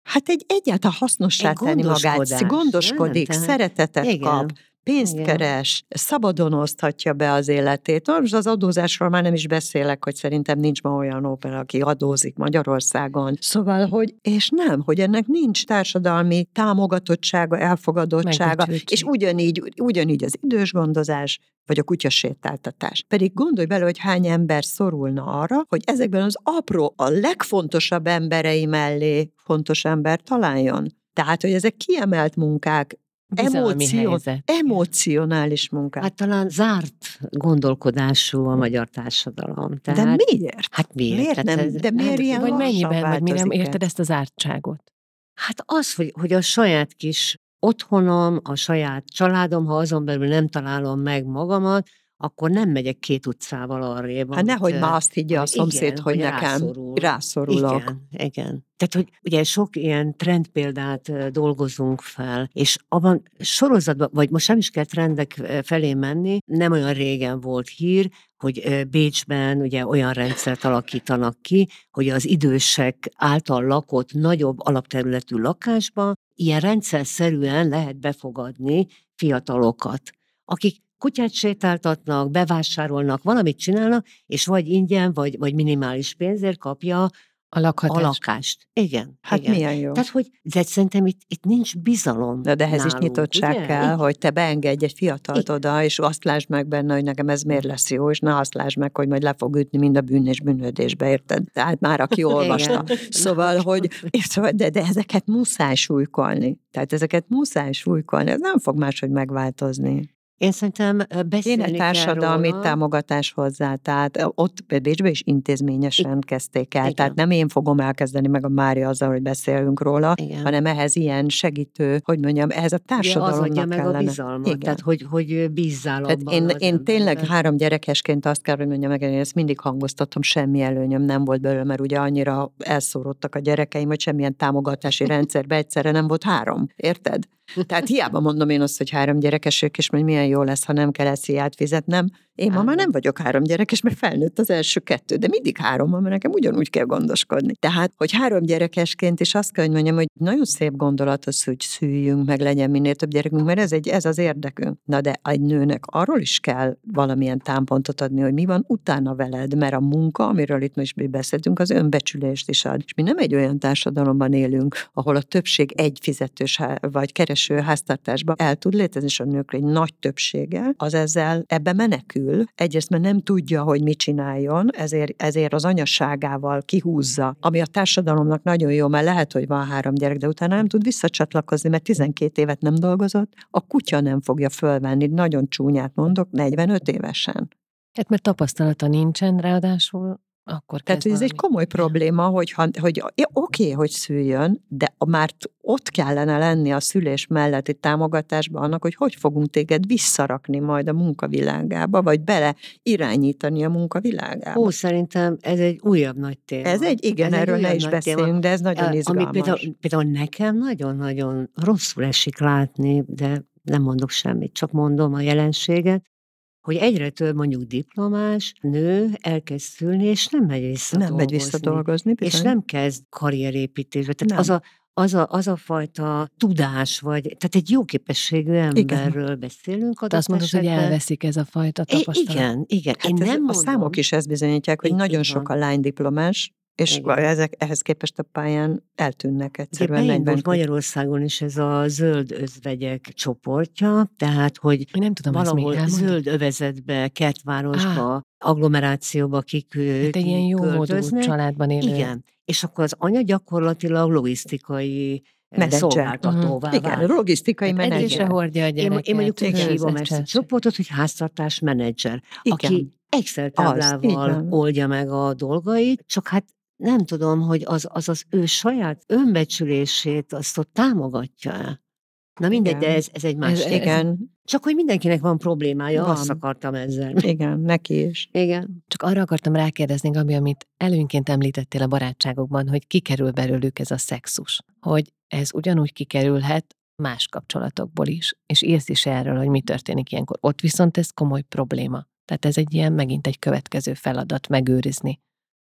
Hát egy egyáltalán hasznossá Egy tenni magát, gondoskodás, gondoskodik, nem? Tehát- szeretetet Igen. kap, pénzt Igen. keres, szabadon oszthatja be az életét. Most az adózásról már nem is beszélek, hogy szerintem nincs ma olyan ópera, aki adózik Magyarországon. Szóval, hogy, és nem, hogy ennek nincs társadalmi támogatottsága, elfogadottsága, Megbecsültség. és ugyanígy, ugyanígy az idős gondozás, vagy a kutyasétáltatás. Pedig gondolj bele, hogy hány ember szorulna arra, hogy ezekben az apró, a legfontosabb emberei mellé fontos ember találjon. Tehát, hogy ezek kiemelt munkák, Bizalmi emóció, helyzet. emocionális munkák. Hát talán zárt gondolkodású a magyar társadalom. De Tehát, miért? Hát miért? Miért Tehát nem? ez- De miért hát- ilyen Vagy lassan mennyiben, vagy mire változik érted ez? ezt az ártságot? Hát az, hogy, hogy a saját kis otthonom, a saját családom, ha azon belül nem találom meg magamat, akkor nem megyek két utcával arrébb. Hát nehogy amit, már azt higgye a amit- szomszéd, igen, hogy nekem rászorul. rászorulok. Igen, igen. Tehát, hogy ugye sok ilyen trendpéldát ö, dolgozunk fel, és abban sorozatban, vagy most nem is kell trendek ö, felé menni, nem olyan régen volt hír, hogy ö, Bécsben ugye olyan rendszert alakítanak ki, hogy az idősek által lakott nagyobb alapterületű lakásba ilyen rendszerszerűen lehet befogadni fiatalokat, akik kutyát sétáltatnak, bevásárolnak, valamit csinálnak, és vagy ingyen, vagy, vagy minimális pénzért kapja A lakhatás. a lakást. Igen. Hát igen. milyen jó. Tehát, hogy de szerintem itt, itt nincs bizalom. Na, de ehhez is nálunk, nyitottság ugye? kell, Igen. hogy te beengedj egy fiatalt oda, és azt lásd meg benne, hogy nekem ez miért lesz jó, és ne azt lásd meg, hogy majd le fog ütni mind a bűn és bűnődésbe, érted? Tehát már aki olvasta. Igen. Szóval, hogy szóval, de, de ezeket muszáj súlykolni. Tehát ezeket muszáj súlykolni, ez nem fog máshogy megváltozni. Én szerintem ö, beszélni Kéne kell társadalmi róla. támogatás hozzá, tehát ott Bécsben is intézményesen kezdték el, Igen. tehát nem én fogom elkezdeni meg a Mária azzal, hogy beszélünk róla, Igen. hanem ehhez ilyen segítő, hogy mondjam, ehhez a Ugye az társadalomnak adja meg kellene. a bizalmat, Igen. tehát hogy, hogy bízzál Tehát abban én, az én tényleg emberben. három gyerekesként azt kell, hogy mondjam meg, én ezt mindig hangoztatom, semmi előnyöm nem volt belőle, mert ugye annyira elszóródtak a gyerekeim, hogy semmilyen támogatási rendszerbe egyszerre nem volt három. Érted? Tehát hiába mondom én azt, hogy három gyerekesek, és hogy milyen jó lesz, ha nem kell esziát fizetnem. Én ma már nem vagyok három gyerekes, mert felnőtt az első kettő, de mindig három van, mert nekem ugyanúgy kell gondoskodni. Tehát, hogy három gyerekesként is azt kell, hogy mondjam, hogy nagyon szép gondolat az, hogy szüljünk, meg legyen minél több gyerekünk, mert ez, egy, ez az érdekünk. Na de egy nőnek arról is kell valamilyen támpontot adni, hogy mi van utána veled, mert a munka, amiről itt most mi beszéltünk, az önbecsülést is ad. És mi nem egy olyan társadalomban élünk, ahol a többség egy fizetős há- vagy kereső háztartásban el tud létezni, és a nők egy nagy többsége az ezzel ebbe menekül. Egyrészt, mert nem tudja, hogy mit csináljon, ezért, ezért az anyasságával kihúzza, ami a társadalomnak nagyon jó, mert lehet, hogy van három gyerek, de utána nem tud visszacsatlakozni, mert tizenkét évet nem dolgozott, a kutya nem fogja fölvenni, nagyon csúnyát mondok, negyvenöt évesen. Hát mert tapasztalata nincsen, ráadásul akkor Tehát, hogy ez egy komoly probléma, hogy, ha, hogy ja, oké, okay, hogy szüljön, de már ott kellene lenni a szülés melletti támogatásban annak, hogy hogy fogunk téged visszarakni majd a munkavilágába, vagy bele irányítani a munkavilágába. Ó, szerintem ez egy újabb nagy téma. Ez egy, igen, Ez egy erről ne újabb is nagy beszéljünk, téma. de ez nagyon Ami izgalmas. például, például nekem nagyon-nagyon rosszul esik látni, de nem mondok semmit, csak mondom a jelenséget, hogy egyre több mondjuk diplomás nő elkezd szülni, és nem megy vissza Nem dolgozni. megy vissza dolgozni, És bizony. nem kezd karrierépítésbe. Tehát Nem. az a, az, a, az a fajta tudás, vagy, tehát egy jó képességű emberről beszélünk. Te azt mondod, hogy esetben. elveszik ez a fajta I- tapasztalat. Igen, igen. Hát Én ez, nem a mondom. számok is ezt bizonyítják, hogy Így- nagyon így sok van. a lánydiplomás, és Igen. ezek, ehhez képest a pályán eltűnnek Ugye egyszerűen. beindult negyven Magyarországon is ez a zöld özvegyek csoportja, tehát, hogy Én nem tudom, ezt valahol még elmondani. zöld övezetbe, kertvárosba, agglomerációba kik, Hát egy ilyen jó módú kiköltöznek. családban élő. Igen, és akkor az anya gyakorlatilag logisztikai eh, Menedzser. szolgáltatóvá Igen, vált. logisztikai Hát menedzser. edzésre hordja a Én, gyereket. én mondjuk úgy Igen. hívom ezt a összecses. csoportot, hogy háztartás menedzser, Igen. aki Excel Az, így táblával van. oldja meg a dolgait, csak hát nem tudom, hogy az az, az ő saját önbecsülését azt ott támogatja-e. Na mindegy, Igen. de ez, ez egy másik. Ez- Igen, Csak hogy mindenkinek van problémája, Van. azt akartam ezzel. igen, neki is. Igen. Csak arra akartam rákérdezni, Gabi, amit előnként említettél a barátságokban, hogy kikerül belőlük ez a szexus. Hogy ez ugyanúgy kikerülhet más kapcsolatokból is. És írsz is erről, hogy mi történik ilyenkor. Ott viszont ez komoly probléma. Tehát ez egy ilyen, megint egy következő feladat megőrizni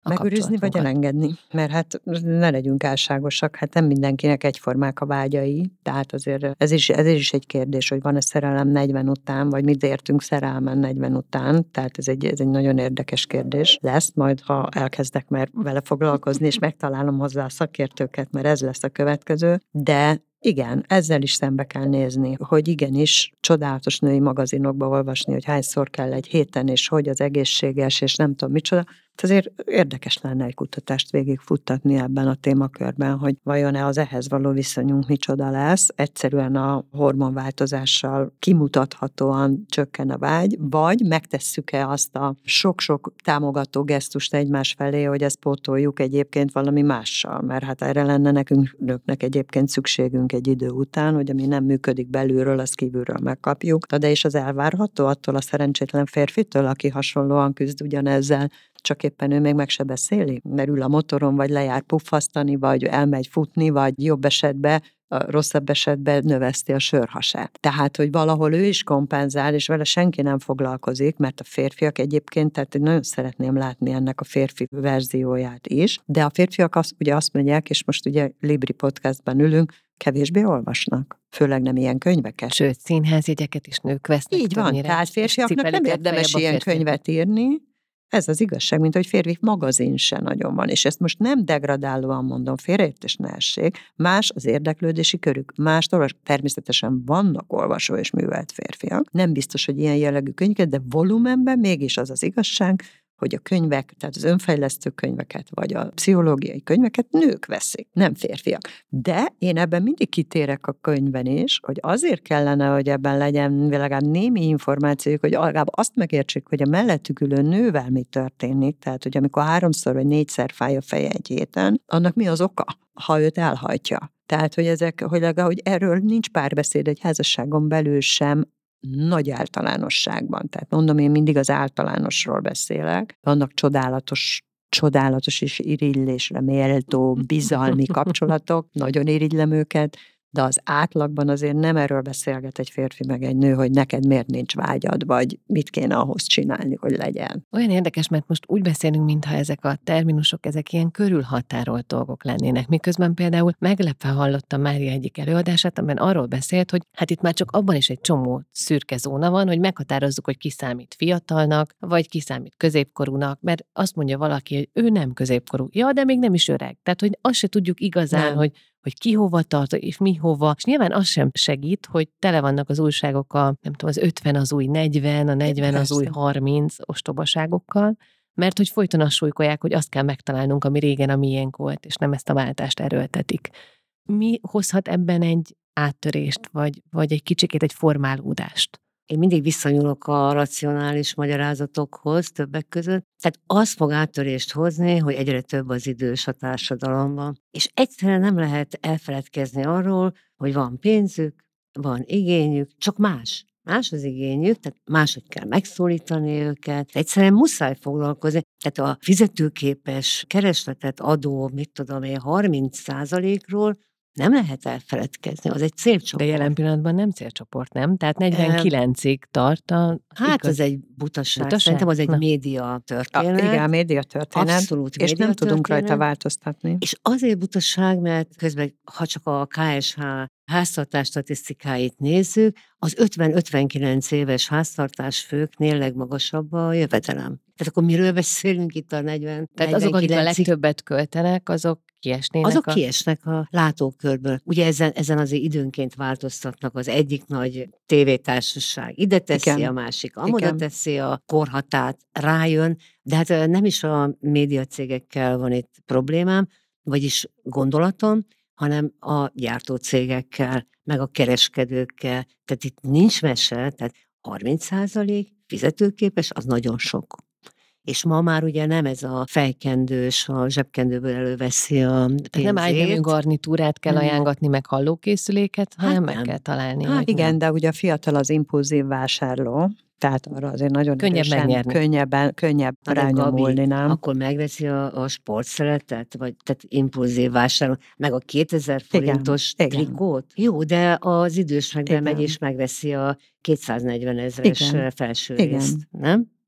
a Megőrizni vagy kapcsolatunkat. elengedni, mert hát ne legyünk álságosak, hát nem mindenkinek egyformák a vágyai, tehát azért ez is, ez is egy kérdés, hogy van-e szerelem negyven után, vagy mit értünk szerelmen negyven után, tehát ez egy, ez egy nagyon érdekes kérdés lesz, majd ha elkezdek már vele foglalkozni, és megtalálom hozzá a szakértőket, mert ez lesz a következő, de igen, ezzel is szembe kell nézni, hogy igenis csodálatos női magazinokba olvasni, hogy hányszor kell egy héten, és hogy az egészséges, és nem tudom micsoda. Azért érdekes lenne egy kutatást végigfuttatni ebben a témakörben, hogy vajon-e az ehhez való viszonyunk micsoda lesz, egyszerűen a hormonváltozással kimutathatóan csökken a vágy, vagy megtesszük-e azt a sok-sok támogató gesztust egymás felé, hogy ezt pótoljuk egyébként valami mással, mert hát erre lenne nekünk nőknek egyébként szükségünk egy idő után, hogy ami nem működik belülről, azt kívülről megkapjuk. De is az elvárható attól a szerencsétlen férfitől, aki hasonlóan küzd ugyanezzel, csak éppen ő még meg se beszéli, mert ül a motoron, vagy lejár puffasztani, vagy elmegy futni, vagy jobb esetben, a rosszabb esetben növeszti a sörhasát. Tehát, hogy valahol ő is kompenzál, és vele senki nem foglalkozik, mert a férfiak egyébként, tehát én nagyon szeretném látni ennek a férfi verzióját is, de a férfiak azt, ugye azt mondják, és most ugye Libri podcastban ülünk, kevésbé olvasnak. Főleg nem ilyen könyveket. Sőt, színházjegyeket is nők vesznek. Így van, többnyire, tehát férfiaknak nem érdemes ilyen könyvet írni. Ez az igazság, mint hogy férfi magazin se nagyon van, és ezt most nem degradálóan mondom, félreértés ne essék, más az érdeklődési körük, más olvas, természetesen vannak olvasó és művelt férfiak, nem biztos, hogy ilyen jellegű könyveket, de volumenben mégis az az igazság, hogy a könyvek, tehát az önfejlesztő könyveket, vagy a pszichológiai könyveket nők veszik, nem férfiak. De én ebben mindig kitérek a könyvben is, hogy azért kellene, hogy ebben legyen legalább némi információjuk, hogy legalább azt megértsék, hogy a mellettük ülő nővel mi történik, tehát hogy amikor háromszor vagy négyszer fáj a feje egy héten, annak mi az oka, ha őt elhajtja. Tehát, hogy ezek, hogy legalább, hogy erről nincs párbeszéd egy házasságon belül sem, nagy általánosságban. Tehát mondom, én mindig az általánosról beszélek. Vannak csodálatos, csodálatos és irigylésre méltó bizalmi kapcsolatok, nagyon irigylem őket, de az átlagban azért nem erről beszélget egy férfi meg egy nő, hogy neked miért nincs vágyad, vagy mit kéne ahhoz csinálni, hogy legyen. Olyan érdekes, mert most úgy beszélünk, mintha ezek a terminusok, ezek ilyen körülhatárolt dolgok lennének. Miközben például meglepve hallottam Mária egyik előadását, amiben arról beszélt, hogy hát itt már csak abban is egy csomó szürke zóna van, hogy meghatározzuk, hogy ki számít fiatalnak, vagy ki számít középkorúnak, mert azt mondja valaki, hogy ő nem középkorú. Ja, de még nem is öreg. Tehát, hogy azt se tudjuk igazán, nem. hogy hogy ki hova tart, és mi hova. És nyilván az sem segít, hogy tele vannak az újságok a, nem tudom, az ötven az új negyven, a negyven az új harminc ostobaságokkal, mert hogy folyton azt súlykolják, hogy azt kell megtalálnunk, ami régen a miénk volt, és nem ezt a váltást erőltetik. Mi hozhat ebben egy áttörést, vagy, vagy egy kicsikét egy formálódást? Én mindig visszanyúlok a racionális magyarázatokhoz többek között. Tehát az fog áttörést hozni, hogy egyre több az idős a társadalomban. És egyszerűen nem lehet elfeledkezni arról, hogy van pénzük, van igényük, csak más. Más az igényük, tehát máshogy kell megszólítani őket. Egyszerűen muszáj foglalkozni. Tehát a fizetőképes keresletet adó, mit tudom én, harminc százalékról nem lehet elfeledkezni, az egy célcsoport. De jelen pillanatban nem célcsoport, nem? Tehát negyvenkilencig tart a... Hát igaz... az egy butaság. butaság. Szerintem az egy Na. média történet. A, igen, a média történet. Abszolút és média nem tudunk történet. rajta változtatni. És azért butaság, mert közben, ha csak a ká es há háztartás statisztikáit nézzük, az ötven-ötvenkilenc éves háztartásfőknél legmagasabb a jövedelem. Tehát akkor miről beszélünk itt a negyven Tehát azok, akik a negyvenkilencig? legtöbbet költenek, azok kiesnének Azok a... kiesnek a látókörből. Ugye ezen, ezen azért időnként változtatnak, az egyik nagy tévétársaság ide teszi, Igen. a másik amoda Igen. teszi a korhatát, rájön, de hát nem is a médiacégekkel van itt problémám, vagyis gondolatom, hanem a gyártócégekkel, meg a kereskedőkkel. Tehát itt nincs mese, tehát harminc százalék fizetőképes, az nagyon sok. És ma már ugye nem ez a fejkendős, a zsebkendőből előveszi a pénzét. Tehát nem ágynemű garnitúrát kell Nem. ajánlatni, meg hallókészüléket, hanem Hát meg nem. kell találni. Hát hogy Igen, nem. de ugye a fiatal az impulzív vásárló, tehát arra azért nagyon Könnyebb erősen, megnyerni. könnyebben, könnyebb Na de rányomulni, Gabi, nem? akkor megveszi a, a sportszeletet, vagy tehát impulzív vásárol, meg a kétezer forintos igen. trikót? Jó, de az idős meg bemegy Igen. és megveszi a kétszáznegyven ezres Igen. felső Igen. részt, nem?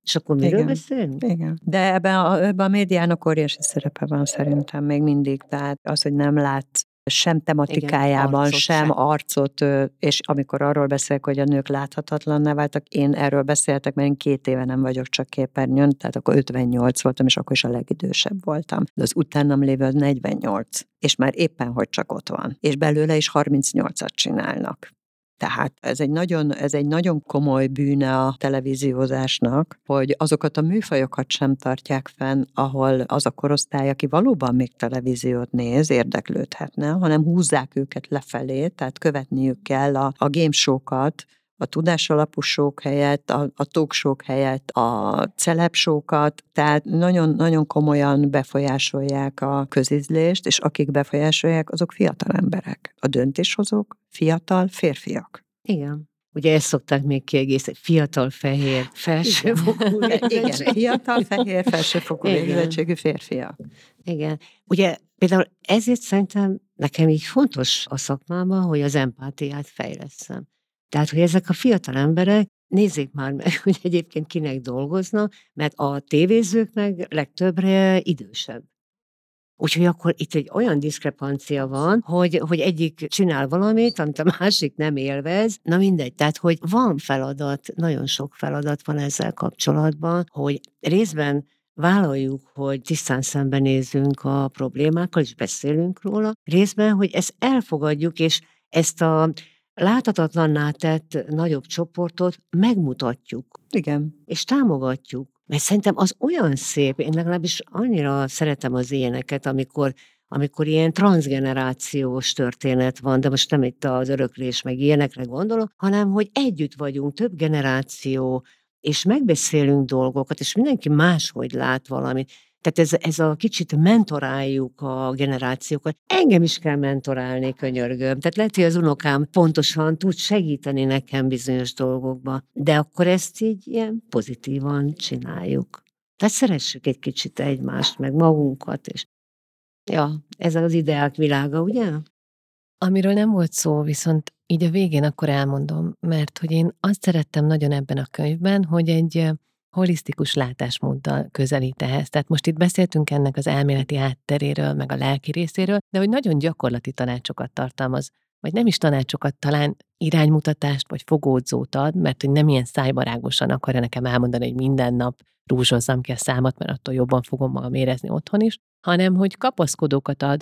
És akkor miről Igen. beszélünk? Igen. De ebben a, ebben a médiának óriási szerepe van szerintem még mindig. Tehát az, hogy nem látsz sem tematikájában, arcot sem se. arcot, ö, és amikor arról beszélek, hogy a nők láthatatlanná váltak, én erről beszéltek, mert én két éve nem vagyok csak képernyőn, tehát akkor ötvennyolc voltam, és akkor is a legidősebb voltam. De az utánam lévő az negyvennyolc, és már éppen, hogy csak ott van. És belőle is harmincnyolcat csinálnak. Tehát ez egy, nagyon, ez egy nagyon komoly bűne a televíziózásnak, hogy azokat a műfajokat sem tartják fenn, ahol az a korosztály, aki valóban még televíziót néz, érdeklődhetne, hanem húzzák őket lefelé, tehát követniük kell a, a game show-kat, a tudásalapú show-k helyett, a, a talk show-k helyett, a celeb show-kat, tehát nagyon, nagyon komolyan befolyásolják a közízlést, és akik befolyásolják, azok fiatal emberek. A döntéshozók fiatal férfiak. Igen. Ugye ezt szokták még kiegészíteni, fiatal, fehér, felsőfokú Igen, fiatal, fehér, felsőfokú végzettségű férfiak. Igen. Ugye például ezért szerintem nekem így fontos a szakmában, hogy az empátiát fejlesszem. Tehát, hogy ezek a fiatal emberek nézzék már meg, hogy egyébként kinek dolgoznak, mert a tévézők meg legtöbbre idősebb. Úgyhogy akkor itt egy olyan diszkrepancia van, hogy, hogy egyik csinál valamit, amit a másik nem élvez. Na mindegy, tehát hogy van feladat, nagyon sok feladat van ezzel kapcsolatban, hogy részben vállaljuk, hogy tisztán szembenézünk a problémákkal, és beszélünk róla, részben, hogy ezt elfogadjuk, és ezt a láthatatlanná tett nagyobb csoportot megmutatjuk. Igen. És támogatjuk. Mert szerintem az olyan szép, én legalábbis annyira szeretem az ilyeneket, amikor, amikor ilyen transzgenerációs történet van, de most nem itt az öröklés meg ilyenekre gondolok, hanem hogy együtt vagyunk, több generáció, és megbeszélünk dolgokat, és mindenki máshogy lát valamit. Tehát ez, ez a kicsit mentoráljuk a generációkat. Engem is kell mentorálni, könyörgöm. Tehát lehet, hogy az unokám pontosan tud segíteni nekem bizonyos dolgokba, de akkor ezt így ilyen pozitívan csináljuk. Tehát szeressük egy kicsit egymást, meg magunkat, és ja, ez az ideák világa, ugye? Amiről nem volt szó, viszont így a végén akkor elmondom, mert hogy én azt szerettem nagyon ebben a könyvben, hogy egy holisztikus látásmóddal közelít ehhez. Tehát most itt beszéltünk ennek az elméleti hátteréről, meg a lelki részéről, de hogy nagyon gyakorlati tanácsokat tartalmaz, vagy nem is tanácsokat, talán iránymutatást, vagy fogódzót ad, mert hogy nem ilyen szájbarágosan akarja nekem elmondani, hogy minden nap rúzsozzam ki a számat, mert attól jobban fogom magam érezni otthon is, hanem hogy kapaszkodókat ad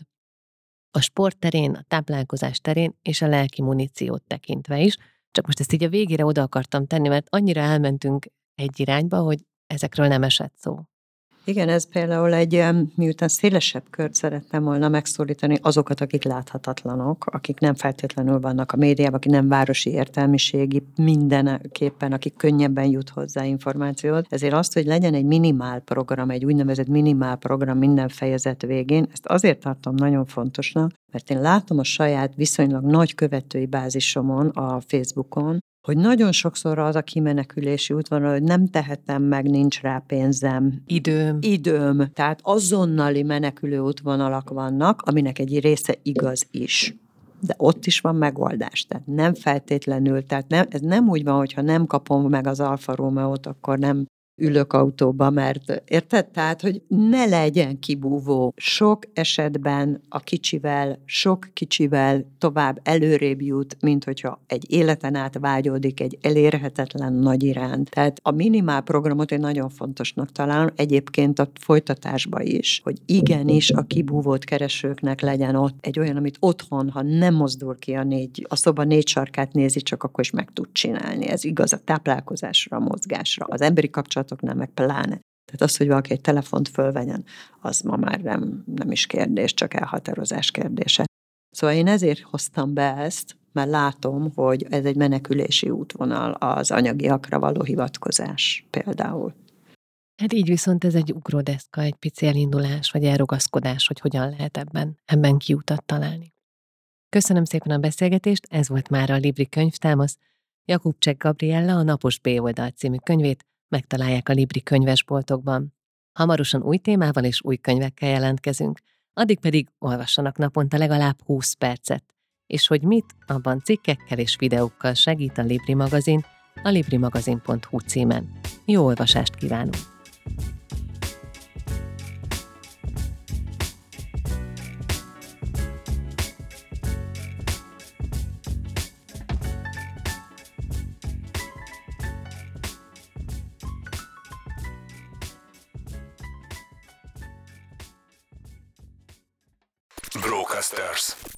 a sport terén, a táplálkozás terén és a lelki muníciót tekintve is. Csak most ezt így a végére oda akartam tenni, mert annyira elmentünk egy irányba, hogy ezekről nem esett szó. Igen, ez például egy, miután szélesebb kört szerettem volna megszólítani azokat, akik láthatatlanok, akik nem feltétlenül vannak a médiában, akik nem városi értelmiségi, mindenképpen, akik könnyebben jut hozzá információt. Ezért azt, hogy legyen egy minimál program, egy úgynevezett minimál program minden fejezet végén, ezt azért tartom nagyon fontosnak, mert én látom a saját viszonylag nagy követői bázisomon a Facebookon, hogy nagyon sokszor az a kimenekülési útvonal, hogy nem tehetem meg, nincs rá pénzem. Időm. Időm. Tehát azonnali menekülő útvonalak vannak, aminek egy része igaz is. De ott is van megoldás. Tehát nem feltétlenül, tehát nem, ez nem úgy van, hogyha nem kapom meg az Alfa Romeo-t, akkor nem ülök autóba, mert érted? Tehát, hogy ne legyen kibúvó. Sok esetben a kicsivel, sok kicsivel tovább előrébb jut, mint hogyha egy életen át vágyódik egy elérhetetlen nagy iránt. Tehát a minimál programot én nagyon fontosnak találom, egyébként a folytatásba is, hogy igenis a kibúvót keresőknek legyen ott egy olyan, amit otthon, ha nem mozdul ki a négy, a szoba négy sarkát nézi, csak akkor is meg tud csinálni. Ez igaz a táplálkozásra, a mozgásra, az emberi kapcsolat nem, meg pláne. Tehát az, hogy valaki egy telefont fölvegyen, az ma már nem, nem is kérdés, csak elhatározás kérdése. Szóval én ezért hoztam be ezt, mert látom, hogy ez egy menekülési útvonal az anyagiakra való hivatkozás például. Hát így viszont ez egy ugródeszka, egy pici elindulás, vagy elrugaszkodás, hogy hogyan lehet ebben, ebben kiutat találni. Köszönöm szépen a beszélgetést, ez volt már a Libri könyvtámasz. Jakubcsek Gabriella a Napos B oldal című könyvét megtalálják a Libri könyvesboltokban. Hamarosan új témával és új könyvekkel jelentkezünk, addig pedig olvassanak naponta legalább húsz percet. És hogy mit, abban cikkekkel és videókkal segít a Libri magazin, a librimagazin pont hu címen. Jó olvasást kívánunk! Brocasters.